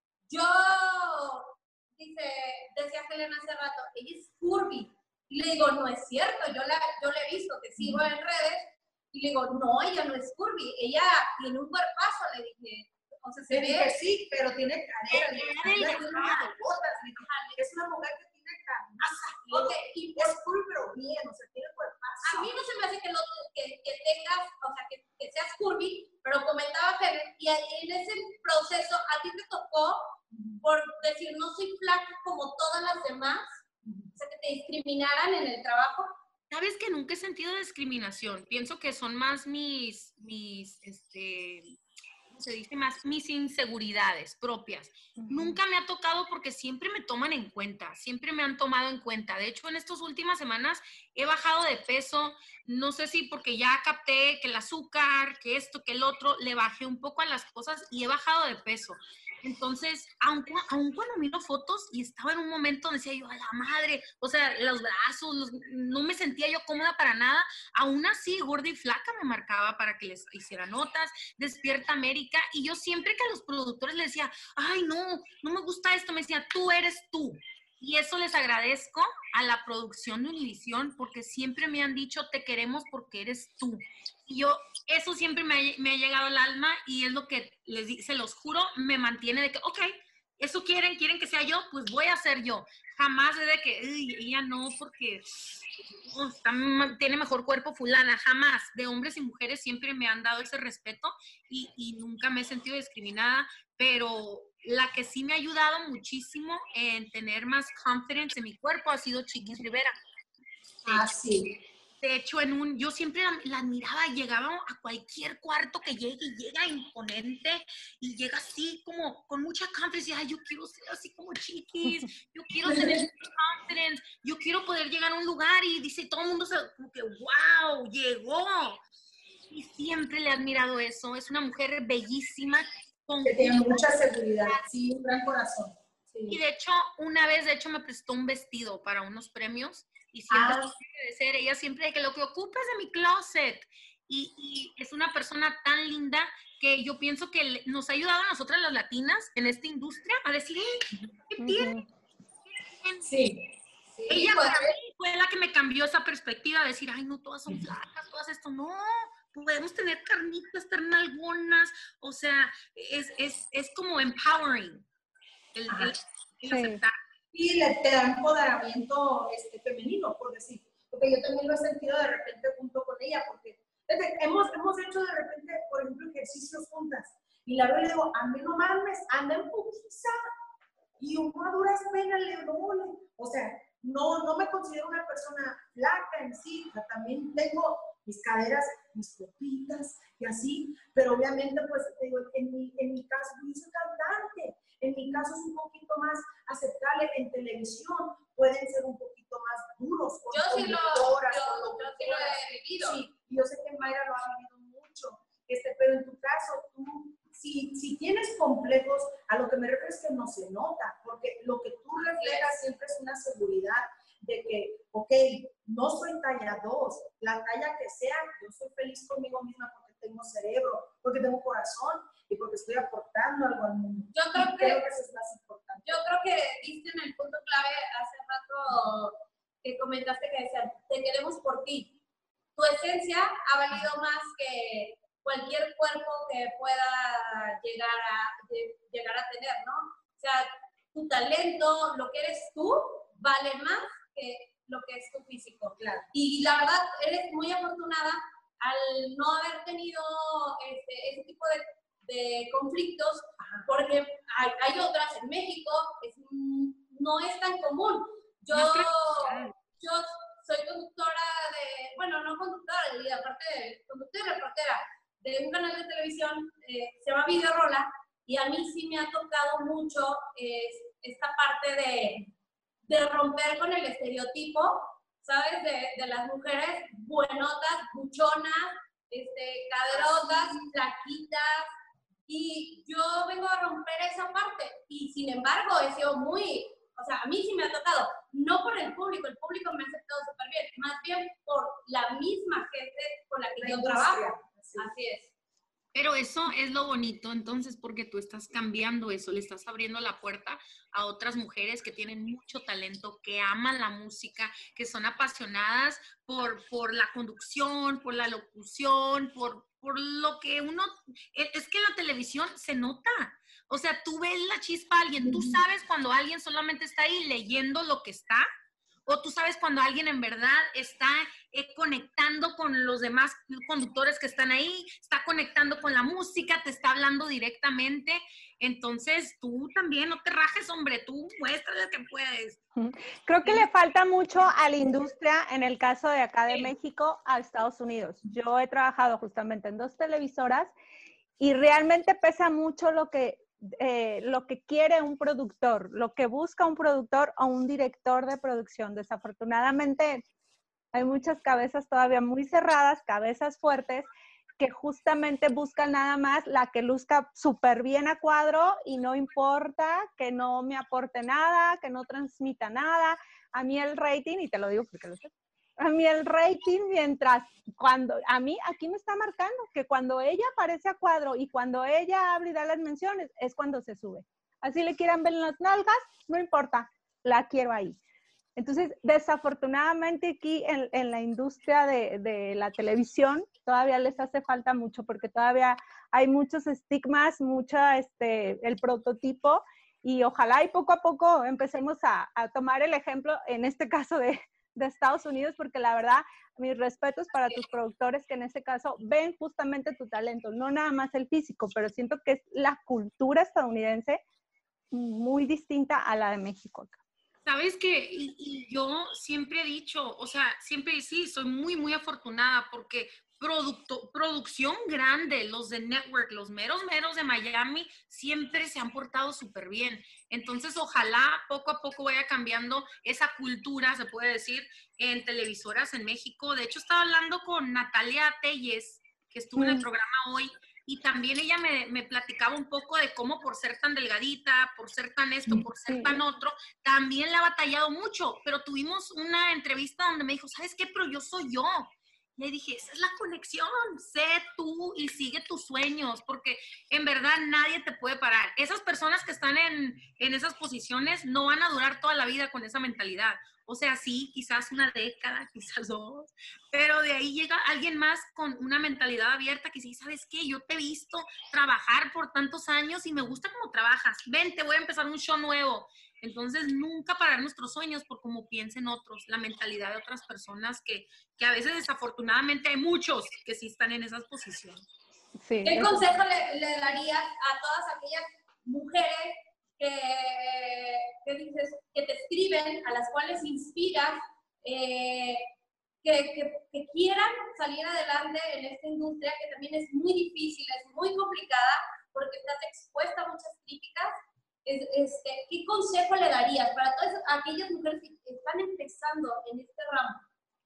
yo, dice, decía Helena hace rato, ella es curvy. Y le digo, no es cierto, yo la, yo la he visto, te sigo en redes, y le digo, no, ella no es curvy, ella tiene un cuerpazo, le dije. O sea, se te ve. dije, sí, pero tiene cadera, Tiene tiene cadera, tiene delgada. unas botas, es una mujer que tiene carnaza, Ok, y es cool, pero bien, o sea, tiene cuerpazo. a mí no se me hace que, lo, que, que tengas, o sea, que, que seas curvy, pero comentaba Helen, y en ese proceso a ti te tocó, por decir, no soy flaca como todas las demás, o sea, que te discriminaran en el trabajo. Sabes que nunca he sentido discriminación. Pienso que son más mis, mis, este, ¿cómo se dice? Más mis inseguridades propias. Uh-huh. Nunca me ha tocado porque siempre me toman en cuenta, siempre me han tomado en cuenta. De hecho, en estas últimas semanas he bajado de peso. No sé si porque ya capté que el azúcar, que esto, que el otro, le bajé un poco a las cosas y he bajado de peso. Entonces, aun, aun cuando miro fotos y estaba en un momento donde decía yo, a la madre, o sea, los brazos, los, no me sentía yo cómoda para nada, aún así, gorda y flaca me marcaba para que les hiciera notas, Despierta América, y yo siempre que a los productores les decía, ay, no, no me gusta esto, me decía, tú eres tú. Y eso les agradezco a la producción de Univisión, porque siempre me han dicho, te queremos porque eres tú. Y yo, eso siempre me ha, me ha llegado al alma, y es lo que les di, se los juro, me mantiene de que, ok, eso quieren, quieren que sea yo, pues voy a ser yo. Jamás es de que, ella no, porque oh, está, tiene mejor cuerpo fulana, jamás. De hombres y mujeres siempre me han dado ese respeto, y, y nunca me he sentido discriminada, pero la que sí me ha ayudado muchísimo en tener más confidence en mi cuerpo ha sido Chiquis Rivera. Ah, sí. De hecho, en un, yo siempre la, la admiraba, llegaba a cualquier cuarto que llegue y llega imponente y llega así como con mucha confianza y ay, yo quiero ser así como Chiquis, yo quiero tener confidence, yo quiero poder llegar a un lugar y dice todo el mundo se, como que wow, llegó. Y siempre le he admirado eso, es una mujer bellísima. Con que tiene mucha seguridad, sí, un gran corazón. Sí. Y de hecho, una vez, de hecho, me prestó un vestido para unos premios y siempre Ah. de ser, ella siempre que lo que ocupa es de mi closet. Y, y es una persona tan linda que yo pienso que nos ha ayudado a nosotras las latinas en esta industria a decir, hey, ¿qué tiene? Uh-huh. Sí. Sí, ella pues, para mí fue la que me cambió esa perspectiva de decir, ay, no, todas son flacas, todas esto, no, podemos tener carnitas, tener algunas, o sea, es, es, es como empowering. El, el, el sí. aceptar. Y le te da empoderamiento este, femenino, por decir. Porque yo también lo he sentido de repente junto con ella, porque desde, hemos, hemos hecho de repente, por ejemplo, ejercicios juntas. Y la veo y le digo, a mí no mames, anda en putiza. Y uno a duras penas le digo, o sea, no, no me considero una persona flaca en sí, o sea, también tengo mis caderas, mis copitas y así, pero obviamente, pues, digo, en mi, en mi caso, yo soy cantante. En mi caso es un poquito más aceptable. En televisión pueden ser un poquito más duros. Con yo sí lo, yo, yo sí lo he vivido. Sí, yo sé que Mayra lo ha vivido mucho. Este, pero en tu caso, tú, si, si tienes complejos, a lo que me refiero es que no se nota, porque lo que tú reflejas siempre es una seguridad de que, ok, no soy talla dos, la talla que sea, yo soy feliz conmigo misma porque tengo cerebro, porque tengo corazón y porque estoy aportando algo al mundo. Yo creo, que, creo que eso es más importante. Yo creo que diste en el punto clave hace rato que comentaste que decían, te queremos por ti. Tu esencia ha valido más que cualquier cuerpo que pueda llegar a, llegar a tener, ¿no? O sea, tu talento, lo que eres tú, vale más que lo que es tu físico. Claro. Y la verdad, eres muy afortunada al no haber tenido este, ese tipo de, de conflictos, porque hay, hay otras en México, es, no es tan común. Yo, yo soy conductora de, bueno, no conductora, y aparte de conductora y reportera de un canal de televisión, eh, se llama Videorola, y a mí sí me ha tocado mucho eh, esta parte de, de romper con el estereotipo, ¿sabes? De, de las mujeres buenotas, buchonas, este, caderotas, flaquitas, y yo vengo a romper esa parte, y sin embargo he sido muy, o sea, a mí sí me ha tocado, no por el público, el público me ha aceptado súper bien, más bien por la misma gente con la que la yo trabajo. Así. Así es. Pero eso es lo bonito, entonces, porque tú estás cambiando eso, le estás abriendo la puerta a otras mujeres que tienen mucho talento, que aman la música, que son apasionadas por, por la conducción, por la locución, por, por lo que uno... Es que en la televisión se nota. O sea, tú ves la chispa a alguien, tú sabes cuando alguien solamente está ahí leyendo lo que está, o tú sabes cuando alguien en verdad está eh, conectando con los demás conductores que están ahí, está conectando con la música, te está hablando directamente. Entonces, tú también no te rajes, hombre, tú muéstrale que puedes. Creo que le falta mucho a la industria, en el caso de acá de México, a Estados Unidos. Yo he trabajado justamente en dos televisoras y realmente pesa mucho lo que... Eh, lo que quiere un productor, lo que busca un productor o un director de producción. Desafortunadamente hay muchas cabezas todavía muy cerradas, cabezas fuertes, que justamente buscan nada más la que luzca súper bien a cuadro y no importa que no me aporte nada, que no transmita nada. A mí el rating, y te lo digo porque lo sé, a mí el rating, mientras, cuando, a mí aquí me está marcando que cuando ella aparece a cuadro y cuando ella habla y da las menciones, es cuando se sube. Así le quieran ver las nalgas, no importa, la quiero ahí. Entonces, desafortunadamente aquí en, en la industria de, de la televisión todavía les hace falta mucho porque todavía hay muchos estigmas, mucha, este, el prototipo, y ojalá y poco a poco empecemos a, a tomar el ejemplo, en este caso de de Estados Unidos, porque la verdad, mis respetos para tus productores que en este caso ven justamente tu talento, no nada más el físico, pero siento que es la cultura estadounidense muy distinta a la de México acá. Sabes que, y, y yo siempre he dicho, o sea, siempre sí, soy muy, muy afortunada porque producto, producción grande, los de Network, los meros meros de Miami, siempre se han portado súper bien. Entonces, ojalá poco a poco vaya cambiando esa cultura, se puede decir, en televisoras en México. De hecho, estaba hablando con Natalia Telles, que estuvo mm. en el programa hoy, y también ella me, me platicaba un poco de cómo por ser tan delgadita, por ser tan esto, por ser sí. tan otro, también le ha batallado mucho, pero tuvimos una entrevista donde me dijo, ¿sabes qué? Pero yo soy yo. Le dije, esa es la conexión, sé tú y sigue tus sueños, porque en verdad nadie te puede parar. Esas personas que están en, en esas posiciones no van a durar toda la vida con esa mentalidad. O sea, sí, quizás una década, quizás dos, pero de ahí llega alguien más con una mentalidad abierta que sí, ¿sabes qué? Yo te he visto trabajar por tantos años y me gusta cómo trabajas. Ven, te voy a empezar un show nuevo. Entonces, nunca parar nuestros sueños por cómo piensen otros, la mentalidad de otras personas que, que a veces desafortunadamente hay muchos que sí están en esas posiciones. Sí, ¿qué eso. consejo le, le darías a todas aquellas mujeres que, que, dices, que te escriben, a las cuales inspiras, eh, que, que, que quieran salir adelante en esta industria que también es muy difícil, es muy complicada porque estás expuesta a muchas críticas? Este, ¿qué consejo le darías para todas aquellas mujeres que están empezando en este ramo?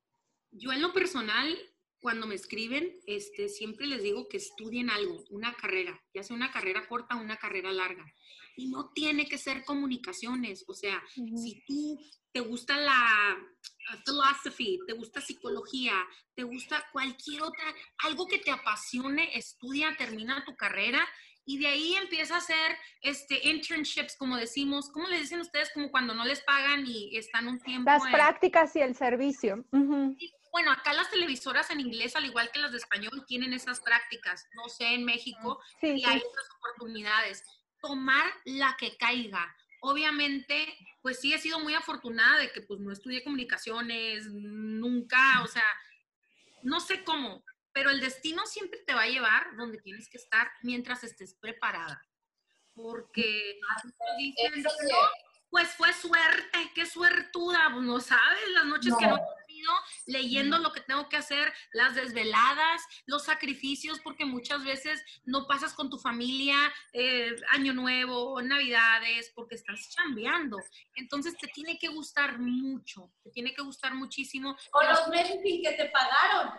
Yo en lo personal, cuando me escriben, este, siempre les digo que estudien algo, una carrera, ya sea una carrera corta o una carrera larga. Y no tiene que ser comunicaciones, o sea, uh-huh. si tú te gusta la philosophy, te gusta psicología, te gusta cualquier otra, algo que te apasione, estudia, termina tu carrera. Y de ahí empieza a hacer este, internships, como decimos. ¿Cómo le dicen ustedes? Como cuando no les pagan y están un tiempo... Las en... prácticas y el servicio. Uh-huh. Bueno, acá las televisoras en inglés, al igual que las de español, tienen esas prácticas. No sé, en México, sí, y sí. hay otras oportunidades. Tomar la que caiga. Obviamente, pues sí he sido muy afortunada de que pues no estudié comunicaciones, nunca, o sea, no sé cómo. Pero el destino siempre te va a llevar donde tienes que estar mientras estés preparada. Porque dicen, no, pues fue suerte, qué suertuda, pues no sabes, las noches no. que no he dormido, leyendo no. lo que tengo que hacer, las desveladas, los sacrificios, porque muchas veces no pasas con tu familia eh, Año Nuevo, Navidades, porque estás chambeando. Entonces te tiene que gustar mucho, te tiene que gustar muchísimo. O los meses que te pagaron.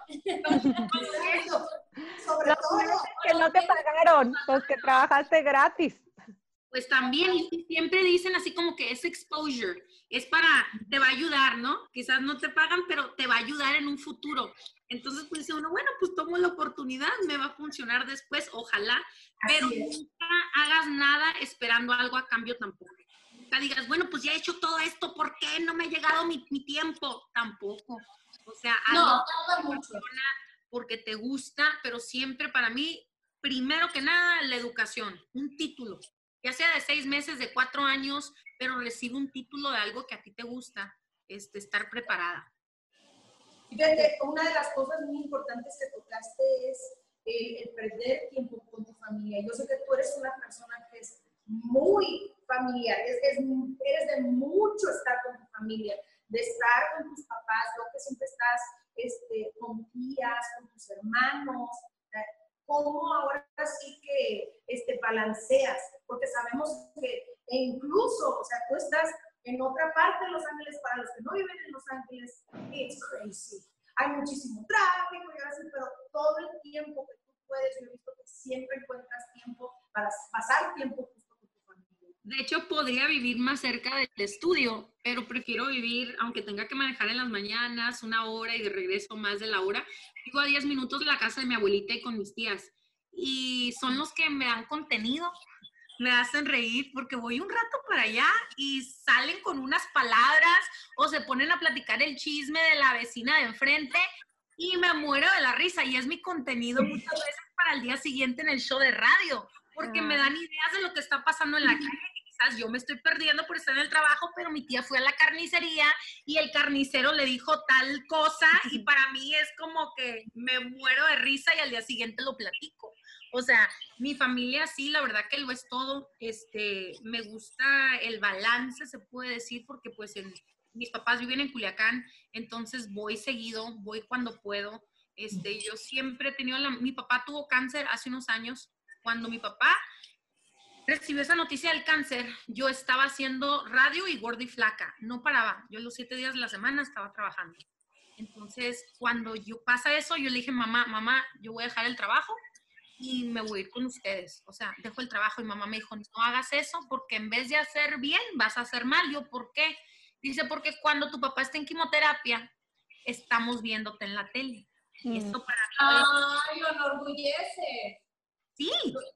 Sobre los todo meses que no te pagaron, los que trabajaste gratis. Pues también, y siempre dicen así como que es exposure, es para, te va a ayudar, ¿no? Quizás no te pagan, pero te va a ayudar en un futuro. Entonces, pues dice uno, bueno, pues tomo la oportunidad, me va a funcionar después, ojalá, pero nunca hagas nada esperando algo a cambio tampoco. Nunca digas, bueno, pues ya he hecho todo esto, ¿por qué no me ha llegado mi, mi tiempo? Tampoco. O sea, no, algo funciona porque te gusta, pero siempre para mí, primero que nada, la educación, un título. Ya sea de seis meses, de cuatro años, pero recibe un título de algo que a ti te gusta, este, estar preparada. Fíjate, una de las cosas muy importantes que tocaste es el, el perder tiempo con tu familia. Yo sé que tú eres una persona que es muy familiar, es, es, eres de mucho estar con tu familia, de estar con tus papás, yo que siempre estás este, con tías, con tus hermanos. ¿Cómo ahora sí que este, balanceas? Porque sabemos que e incluso, o sea, tú estás en otra parte de Los Ángeles, para los que no viven en Los Ángeles, it's crazy. Hay muchísimo tráfico, y así, pero todo el tiempo que tú puedes, yo he visto que siempre encuentras tiempo para pasar tiempo justo con tu familia. De hecho, podría vivir más cerca del estudio, pero prefiero vivir, aunque tenga que manejar en las mañanas, una hora y de regreso más de la hora, vivo a diez minutos de la casa de mi abuelita y con mis tías. Y son los que me dan contenido, me hacen reír porque voy un rato para allá y salen con unas palabras o se ponen a platicar el chisme de la vecina de enfrente y me muero de la risa y es mi contenido muchas veces para el día siguiente en el show de radio porque me dan ideas de lo que está pasando en la calle. Quizás yo me estoy perdiendo por estar en el trabajo, pero mi tía fue a la carnicería y el carnicero le dijo tal cosa y para mí es como que me muero de risa y al día siguiente lo platico. O sea, mi familia sí, la verdad que lo es todo. Este, me gusta el balance, se puede decir, porque pues en, mis papás viven en Culiacán, entonces voy seguido, voy cuando puedo. Este, yo siempre he tenido, la, mi papá tuvo cáncer hace unos años. Cuando mi papá recibió esa noticia del cáncer, yo estaba haciendo radio y gorda y flaca, no paraba. Yo los siete días de la semana estaba trabajando. Entonces, cuando yo pasa eso, yo le dije, mamá, mamá, yo voy a dejar el trabajo y me voy a ir con ustedes. O sea, dejo el trabajo y mamá me dijo, no hagas eso porque en vez de hacer bien, vas a hacer mal. Yo, ¿por qué? Dice, porque cuando tu papá está en quimioterapia, estamos viéndote en la tele. Mm. Y esto para mí... ¡Ay, lo enorgullece! Sí.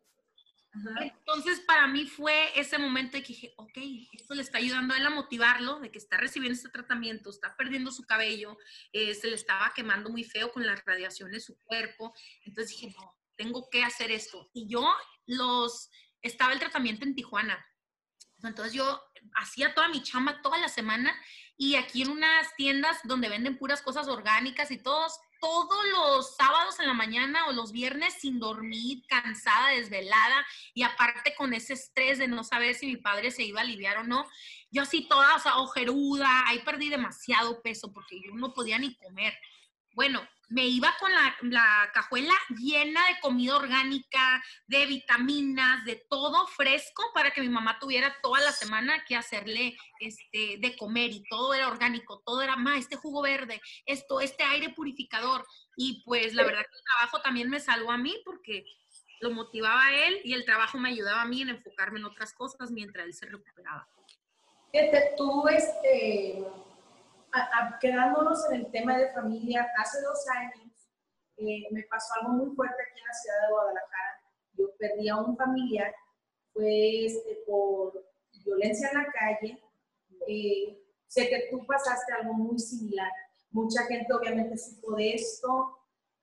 Ajá. Entonces, para mí fue ese momento de que dije, ok, esto le está ayudando a él a motivarlo, de que está recibiendo este tratamiento, está perdiendo su cabello, eh, se le estaba quemando muy feo con las radiaciones de su cuerpo. Entonces dije, no, tengo que hacer esto. Y yo los, estaba el tratamiento en Tijuana. Entonces yo hacía toda mi chamba toda la semana y aquí en unas tiendas donde venden puras cosas orgánicas y todos, todos los sábados en la mañana o los viernes sin dormir, cansada, desvelada y aparte con ese estrés de no saber si mi padre se iba a aliviar o no. Yo así toda, o sea, ojeruda, ahí perdí demasiado peso porque yo no podía ni comer. Bueno, me iba con la, la cajuela llena de comida orgánica, de vitaminas, de todo fresco para que mi mamá tuviera toda la semana que hacerle este, de comer y todo era orgánico, todo era más, este jugo verde, esto, este aire purificador. Y pues la verdad que el trabajo también me salvó a mí porque lo motivaba a él y el trabajo me ayudaba a mí en enfocarme en otras cosas mientras él se recuperaba. Fíjate, tú, este... A, a, quedándonos en el tema de familia, hace dos años eh, me pasó algo muy fuerte aquí en la ciudad de Guadalajara. Yo perdí a un familiar, fue este, por violencia en la calle. Eh, sé que tú pasaste algo muy similar. Mucha gente obviamente supo de esto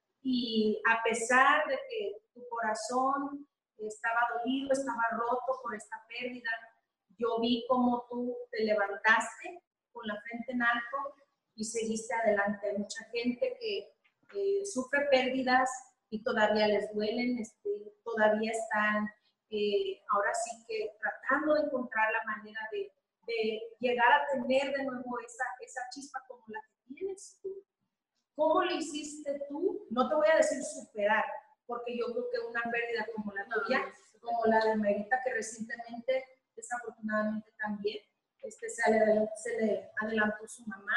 y a pesar de que tu corazón estaba dolido, estaba roto por esta pérdida, yo vi cómo tú te levantaste con la frente en alto y seguiste adelante. Hay mucha gente que eh, sufre pérdidas y todavía les duelen, este, todavía están eh, ahora sí que tratando de encontrar la manera de, de llegar a tener de nuevo esa, esa chispa como la que tienes tú. ¿Cómo lo hiciste tú? No te voy a decir superar, porque yo creo que una pérdida como la tuya, como la de Marita, que recientemente, desafortunadamente también, Este, se, le, se le adelantó su mamá.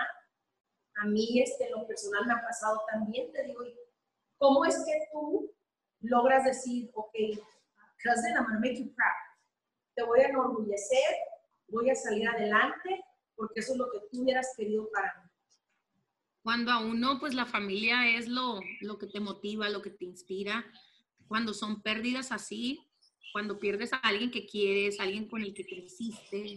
A mí, este, en lo personal, me ha pasado también. Te digo, ¿cómo es que tú logras decir, ok, cousin, I'm going to make you proud? Te voy a enorgullecer, voy a salir adelante, porque eso es lo que tú hubieras querido para mí. Cuando a uno, pues la familia es lo, lo que te motiva, lo que te inspira. Cuando son pérdidas así, cuando pierdes a alguien que quieres, alguien con el que creciste,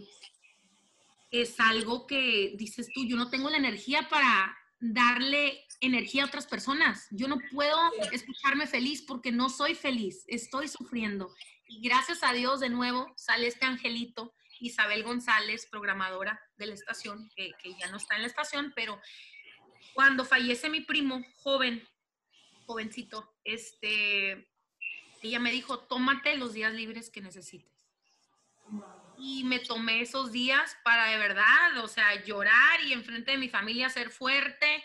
es algo que dices tú, yo no tengo la energía para darle energía a otras personas. Yo no puedo escucharme feliz porque no soy feliz, estoy sufriendo. Y gracias a Dios, de nuevo, sale este angelito, Isabel González, programadora de la estación, que, que ya no está en la estación, pero cuando fallece mi primo, joven, jovencito, este, ella me dijo, tómate los días libres que necesites. Y me tomé esos días para de verdad, o sea, llorar y enfrente de mi familia ser fuerte.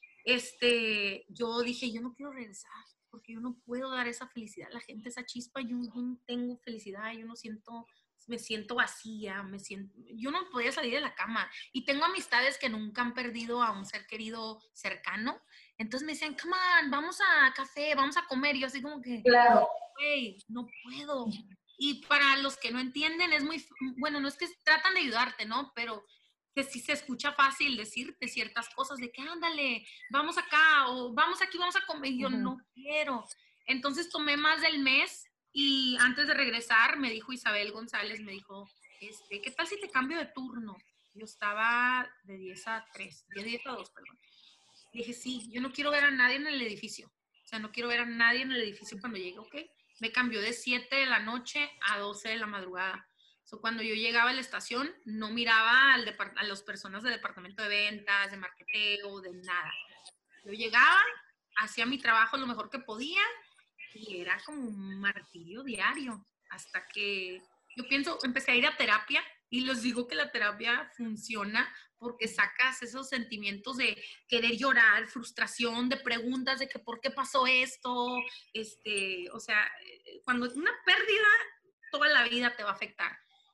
Este, yo dije, yo no quiero regresar porque yo no puedo dar esa felicidad a la gente, esa chispa. Yo no tengo felicidad, yo no siento, me siento vacía, me siento, yo no podía salir de la cama. Y tengo amistades que nunca han perdido a un ser querido cercano. Entonces me decían, come on, vamos a café, vamos a comer. Y yo así como que, claro, güey, no puedo. Y para los que no entienden, es muy, bueno, no es que tratan de ayudarte, ¿no? Pero que sí se escucha fácil decirte ciertas cosas de que ándale, vamos acá, o vamos aquí, vamos a comer. Y yo uh-huh. no quiero. Entonces tomé más del mes y antes de regresar me dijo Isabel González, me dijo, este, ¿qué tal si te cambio de turno? Yo estaba de diez a tres, de diez a dos, perdón. Y dije, sí, yo no quiero ver a nadie en el edificio. O sea, no quiero ver a nadie en el edificio cuando llegue, ¿ok? Me cambió de siete de la noche a doce de la madrugada. So, cuando yo llegaba a la estación, no miraba al a las personas del departamento de ventas, de marketeo, de nada. Yo llegaba, hacía mi trabajo lo mejor que podía y era como un martirio diario, hasta que yo pienso, empecé a ir a terapia y les digo que la terapia funciona porque sacas esos sentimientos de querer llorar, frustración, de preguntas de que por qué pasó esto, este, o sea, cuando es una pérdida, toda la vida te va a afectar.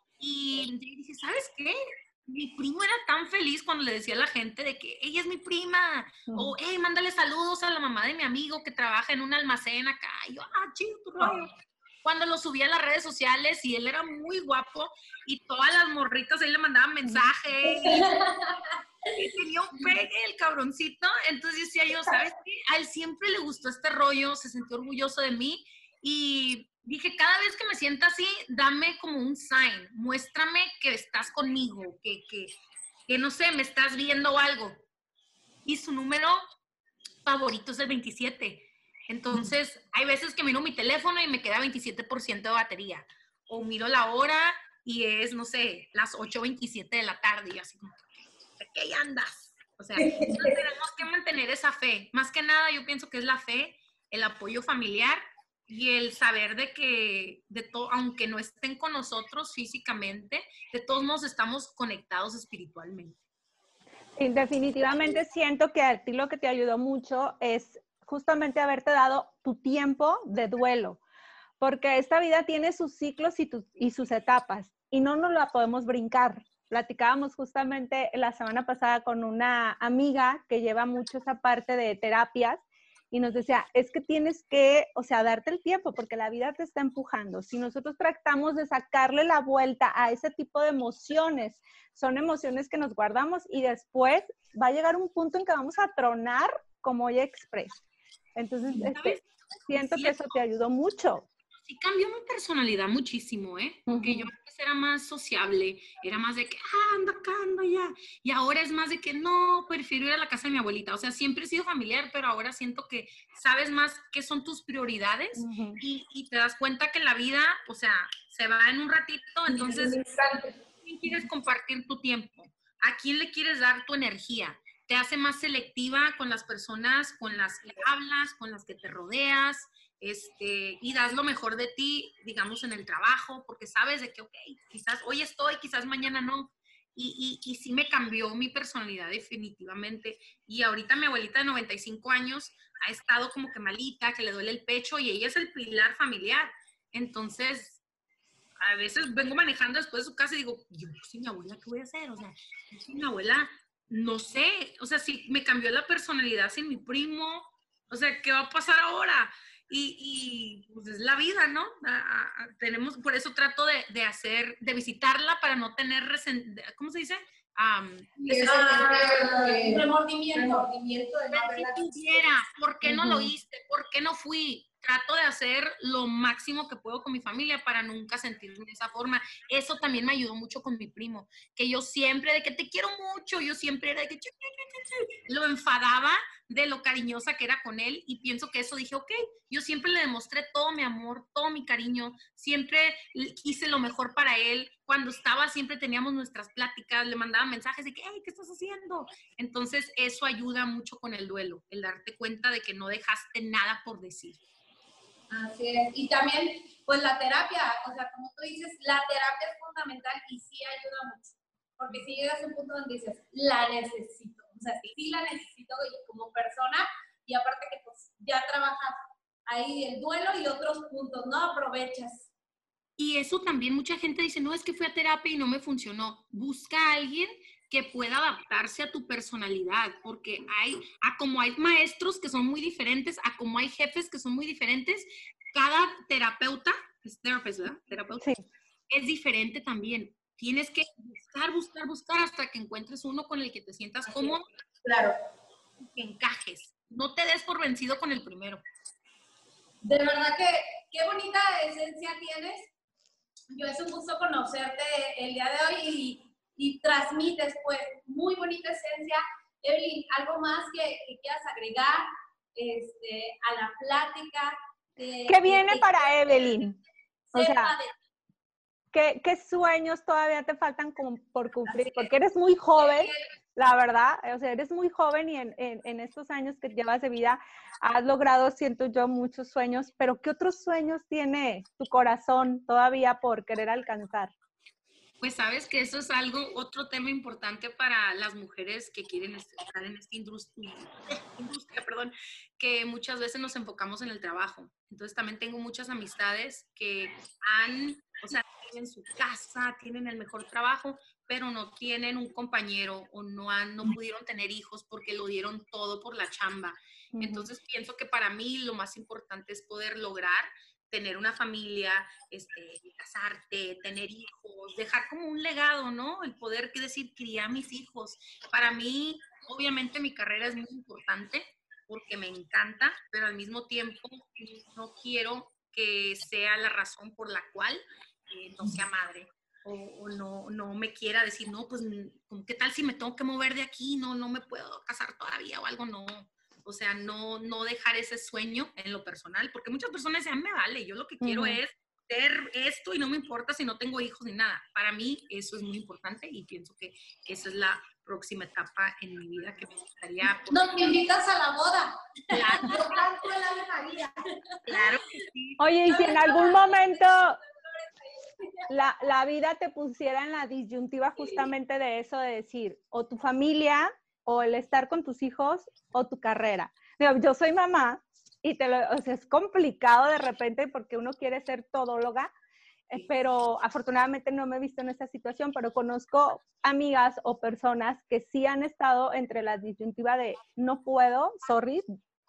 Y dije, ¿sabes qué? Mi primo era tan feliz cuando le decía a la gente de que ella es mi prima, uh-huh. o hey, mándale saludos a la mamá de mi amigo que trabaja en un almacén acá. Y yo, ah, chido, tu rollo. Uh-huh. Cuando lo subía a las redes sociales y él era muy guapo y todas las morritas ahí le mandaban mensajes. Y, y tenía un pegue el cabroncito. Entonces decía yo, ¿sabes qué? A él siempre le gustó este rollo, se sintió orgulloso de mí. Y dije, cada vez que me sienta así, dame como un sign. Muéstrame que estás conmigo, que, que, que no sé, me estás viendo o algo. Y su número favorito es el veintisiete. Entonces, hay veces que miro mi teléfono y me queda veintisiete por ciento de batería. O miro la hora y es, no sé, las ocho veintisiete de la tarde. Y así como, ¿de qué andas? O sea, tenemos que mantener esa fe. Más que nada, yo pienso que es la fe, el apoyo familiar y el saber de que, de to- aunque no estén con nosotros físicamente, de todos modos estamos conectados espiritualmente. Sí, definitivamente siento que a ti lo que te ayudó mucho es justamente haberte dado tu tiempo de duelo, porque esta vida tiene sus ciclos y, tu, y sus etapas, y no nos la podemos brincar. Platicábamos justamente la semana pasada con una amiga que lleva mucho esa parte de terapias, y nos decía, es que tienes que, o sea, darte el tiempo, porque la vida te está empujando. Si nosotros tratamos de sacarle la vuelta a ese tipo de emociones, son emociones que nos guardamos, y después va a llegar un punto en que vamos a tronar como Olla Express. Entonces, este, siento que eso te ayudó mucho. Sí cambió mi personalidad muchísimo, ¿eh? Porque uh-huh. yo antes era más sociable, era más de que, ah, anda acá, anda allá. Y ahora es más de que, no, prefiero ir a la casa de mi abuelita. O sea, siempre he sido familiar, pero ahora siento que sabes más qué son tus prioridades uh-huh. y, y te das cuenta que la vida, o sea, se va en un ratito. Entonces, ¿a quién quieres compartir tu tiempo? ¿A quién le quieres dar tu energía? Te hace más selectiva con las personas con las que hablas, con las que te rodeas, este, y das lo mejor de ti, digamos, en el trabajo, porque sabes de que, ok, quizás hoy estoy, quizás mañana no. Y, y, y sí me cambió mi personalidad definitivamente. Y ahorita mi abuelita de noventa y cinco años ha estado como que malita, que le duele el pecho, y ella es el pilar familiar. Entonces, a veces vengo manejando después de su casa y digo, yo sin mi abuela, ¿qué voy a hacer? O sea, yo sin mi abuela... No sé, o sea, si me cambió la personalidad sin mi primo, o sea, ¿qué va a pasar ahora? Y, y pues es la vida, ¿no? A, a, tenemos, por eso trato de, de hacer, de visitarla para no tener, resen, ¿cómo se dice? Um, ese ah, remordimiento. remordimiento de no si tuviera, ¿por qué no uh-huh. lo hice? ¿Por qué no fui? Trato de hacer lo máximo que puedo con mi familia para nunca sentirme de esa forma. Eso también me ayudó mucho con mi primo, que yo siempre, de que te quiero mucho, yo siempre era de que lo enfadaba de lo cariñosa que era con él, y pienso que eso dije, ok, yo siempre le demostré todo mi amor, todo mi cariño, siempre hice lo mejor para él. Cuando estaba, siempre teníamos nuestras pláticas, le mandaba mensajes de que, hey, ¿qué estás haciendo? Entonces, eso ayuda mucho con el duelo, el darte cuenta de que no dejaste nada por decir. Así es. Y también, pues la terapia, o sea, como tú dices, la terapia es fundamental y sí ayuda mucho. Porque si llegas a un punto donde dices, la necesito, o sea, sí la necesito como persona, y aparte que pues ya trabajas ahí el duelo y otros puntos, ¿no? Aprovechas. Y eso también mucha gente dice, no, es que fui a terapia y no me funcionó. Busca a alguien que pueda adaptarse a tu personalidad, porque hay, a como hay maestros que son muy diferentes, a como hay jefes que son muy diferentes, cada terapeuta, es therapist, ¿verdad? Terapeuta, sí. Es diferente también. Tienes que buscar, buscar, buscar hasta que encuentres uno con el que te sientas cómodo. Claro. Que encajes. No te des por vencido con el primero. De verdad que qué bonita esencia tienes. Yo es un gusto conocerte el día de hoy y y transmites, pues, muy bonita esencia. Evelyn, ¿algo más que, que quieras agregar este, a la plática? De, ¿Qué viene de, para de, Evelyn? O sea, ¿qué, ¿qué sueños todavía te faltan por cumplir? Porque eres muy joven la verdad, o sea, eres muy joven y en, en, en estos años que llevas de vida has logrado, siento yo, muchos sueños, pero ¿qué otros sueños tiene tu corazón todavía por querer alcanzar? Pues sabes que eso es algo, otro tema importante para las mujeres que quieren estar en esta industria, industria, perdón, que muchas veces nos enfocamos en el trabajo. Entonces también tengo muchas amistades que han, o sea, tienen su casa, tienen el mejor trabajo, pero no tienen un compañero o no, han, no pudieron tener hijos porque lo dieron todo por la chamba. Entonces pienso que para mí lo más importante es poder lograr tener una familia, este, casarte, tener hijos, dejar como un legado, ¿no? El poder, qué decir, criar a mis hijos. Para mí, obviamente, mi carrera es muy importante porque me encanta, pero al mismo tiempo no quiero que sea la razón por la cual eh, no sea madre. O, o no, no me quiera decir, no, pues, ¿qué tal si me tengo que mover de aquí? No, no me puedo casar todavía o algo, no. O sea, no, no dejar ese sueño en lo personal, porque muchas personas dicen, me vale, yo lo que quiero uh-huh. es ser esto y no me importa si no tengo hijos ni nada. Para mí eso es muy importante y pienso que esa es la próxima etapa en mi vida que me gustaría. Nos invitas a la boda. Claro, claro que sí. Oye, y si en algún momento la, la vida te pusiera en la disyuntiva justamente de eso, de decir, o tu familia, o el estar con tus hijos, o tu carrera. Yo soy mamá, y te lo, o sea, es complicado de repente porque uno quiere ser todóloga, pero afortunadamente no me he visto en esa situación, pero conozco amigas o personas que sí han estado entre la disyuntiva de no puedo, sorry,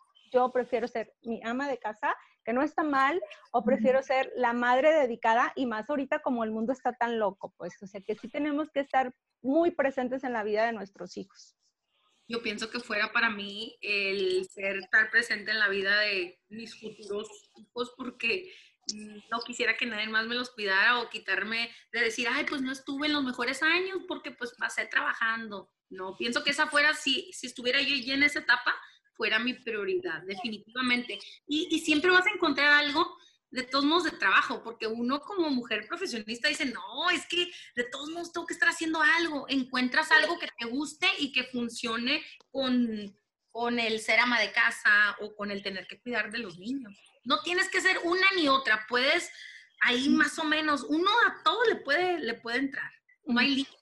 yo prefiero ser mi ama de casa, que no está mal, o prefiero ser la madre dedicada, y más ahorita como el mundo está tan loco, pues, o sea, que sí tenemos que estar muy presentes en la vida de nuestros hijos. Yo pienso que fuera para mí el ser, estar presente en la vida de mis futuros hijos, porque no quisiera que nadie más me los cuidara o quitarme de decir, ay, pues no estuve en los mejores años porque pues pasé trabajando. No, pienso que esa fuera, si, si estuviera yo ya en esa etapa, fuera mi prioridad, definitivamente. Y, y siempre vas a encontrar algo de todos modos de trabajo, porque uno como mujer profesionista dice, no, es que de todos modos tengo que estar haciendo algo. Encuentras algo que te guste y que funcione con, con el ser ama de casa o con el tener que cuidar de los niños. No tienes que ser una ni otra, puedes ahí más o menos, uno a todo le puede, le puede entrar, no hay límites.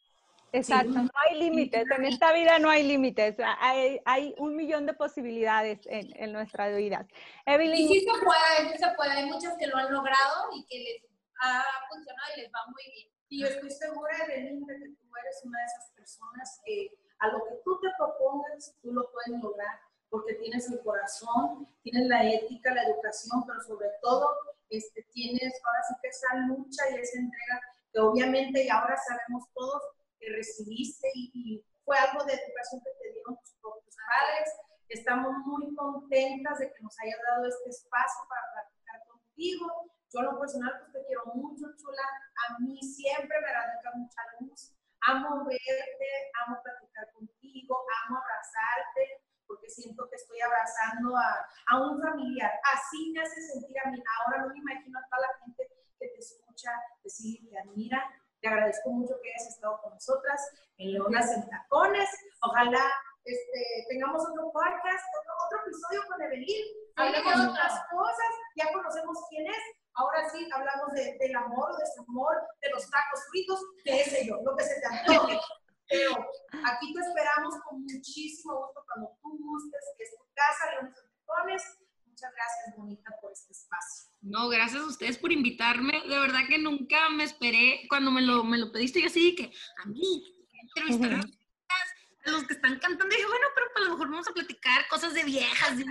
Exacto, sí. No hay límites, en esta vida no hay límites, hay, hay un millón de posibilidades en, en nuestra vida. Evelyn, y sí se puede, sí se puede, hay muchas que lo han logrado y que les ha funcionado y les va muy bien. Y yo estoy segura, Evelyn, de que tú eres una de esas personas que a lo que tú te propongas, tú lo puedes lograr, porque tienes el corazón, tienes la ética, la educación, pero sobre todo este, tienes ahora sí que esa lucha y esa entrega que obviamente y ahora sabemos todos que recibiste y, y fue algo de educación que te dieron tus propios padres. Estamos muy contentas de que nos hayas dado este espacio para platicar contigo. Yo, en lo personal, pues te quiero mucho, chula. A mí siempre me radica mucha luz. Amo verte, amo platicar contigo, amo abrazarte, porque siento que estoy abrazando a, a un familiar. Así me hace sentir a mí. Ahora no me imagino a toda la gente que te escucha, te sigue, te admira. Te agradezco mucho que hayas estado con nosotras en Leonas en Tacones. Ojalá este, tengamos otro podcast, otro, otro episodio con Evelyn. Hablemos de otras cosas, ya conocemos quién es. Ahora sí hablamos de, del amor, desamor, de los tacos fritos, qué sé yo, lo que se te antoje. Pero aquí te esperamos con muchísimo gusto cuando tú gustes, que es tu casa, Leonas en Tacones. Muchas gracias, bonita, por este espacio. No, gracias a ustedes por invitarme. De verdad que nunca me esperé. Cuando me lo, me lo pediste, yo así que a mí, entrevistar uh-huh. a los que están cantando. Y dije, bueno, pero a lo mejor vamos a platicar cosas de viejas. De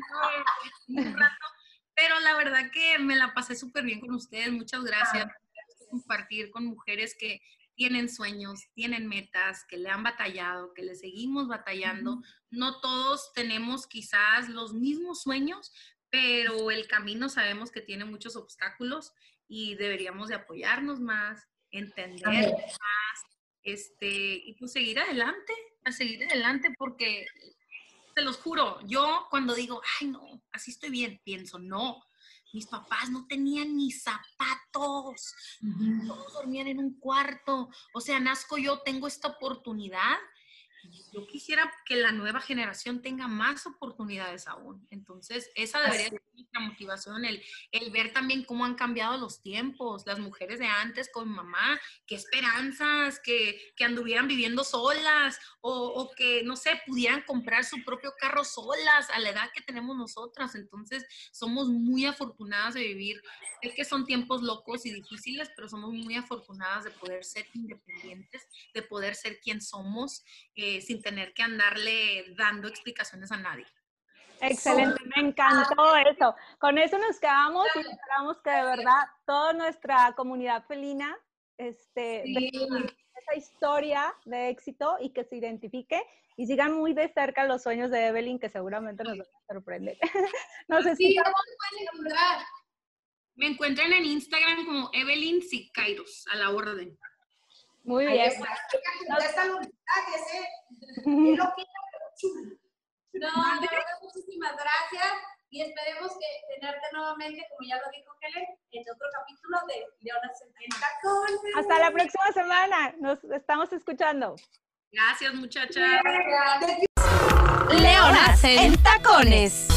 un rato. Pero la verdad que me la pasé súper bien con ustedes. Muchas gracias por compartir con mujeres que tienen sueños, tienen metas, que le han batallado, que le seguimos batallando. Uh-huh. No todos tenemos quizás los mismos sueños, pero el camino sabemos que tiene muchos obstáculos y deberíamos de apoyarnos más, entender más, este, y pues seguir adelante, a seguir adelante, porque te los juro, yo cuando digo, ay no, así estoy bien, pienso, no, mis papás no tenían ni zapatos, uh-huh. todos dormían en un cuarto, o sea, nazco yo, tengo esta oportunidad yo quisiera que la nueva generación tenga más oportunidades aún. Entonces, esa debería ser nuestra motivación, el, el ver también cómo han cambiado los tiempos, las mujeres de antes con mamá, qué esperanzas, que, que anduvieran viviendo solas o, o que, no sé, pudieran comprar su propio carro solas a la edad que tenemos nosotras. Entonces, somos muy afortunadas de vivir. Es que son tiempos locos y difíciles, pero somos muy afortunadas de poder ser independientes, de poder ser quien somos, eh, sin tener que andarle dando explicaciones a nadie. Excelente, me encantó eso. Con eso nos quedamos y esperamos que de verdad toda nuestra comunidad felina este, Sí. vea esa historia de éxito y que se identifique y sigan muy de cerca los sueños de Evelyn, que seguramente nos van a sorprender. Nos Sí, escuchamos. ¿cómo te pueden encontrar? Me encuentran en Instagram como Evelyn Sicairos, a la orden. Muy Ahí bien. está. Ella contesta los mensajes, ¿eh? Él lo quiere, pero chulo. No, de verdad, muchísimas gracias y esperemos que tenerte nuevamente, como ya lo dijo Helen, en otro capítulo de Leonas en Tacones. Hasta la próxima semana. Nos estamos escuchando. Gracias, muchachas. Gracias. Leonas en Tacones.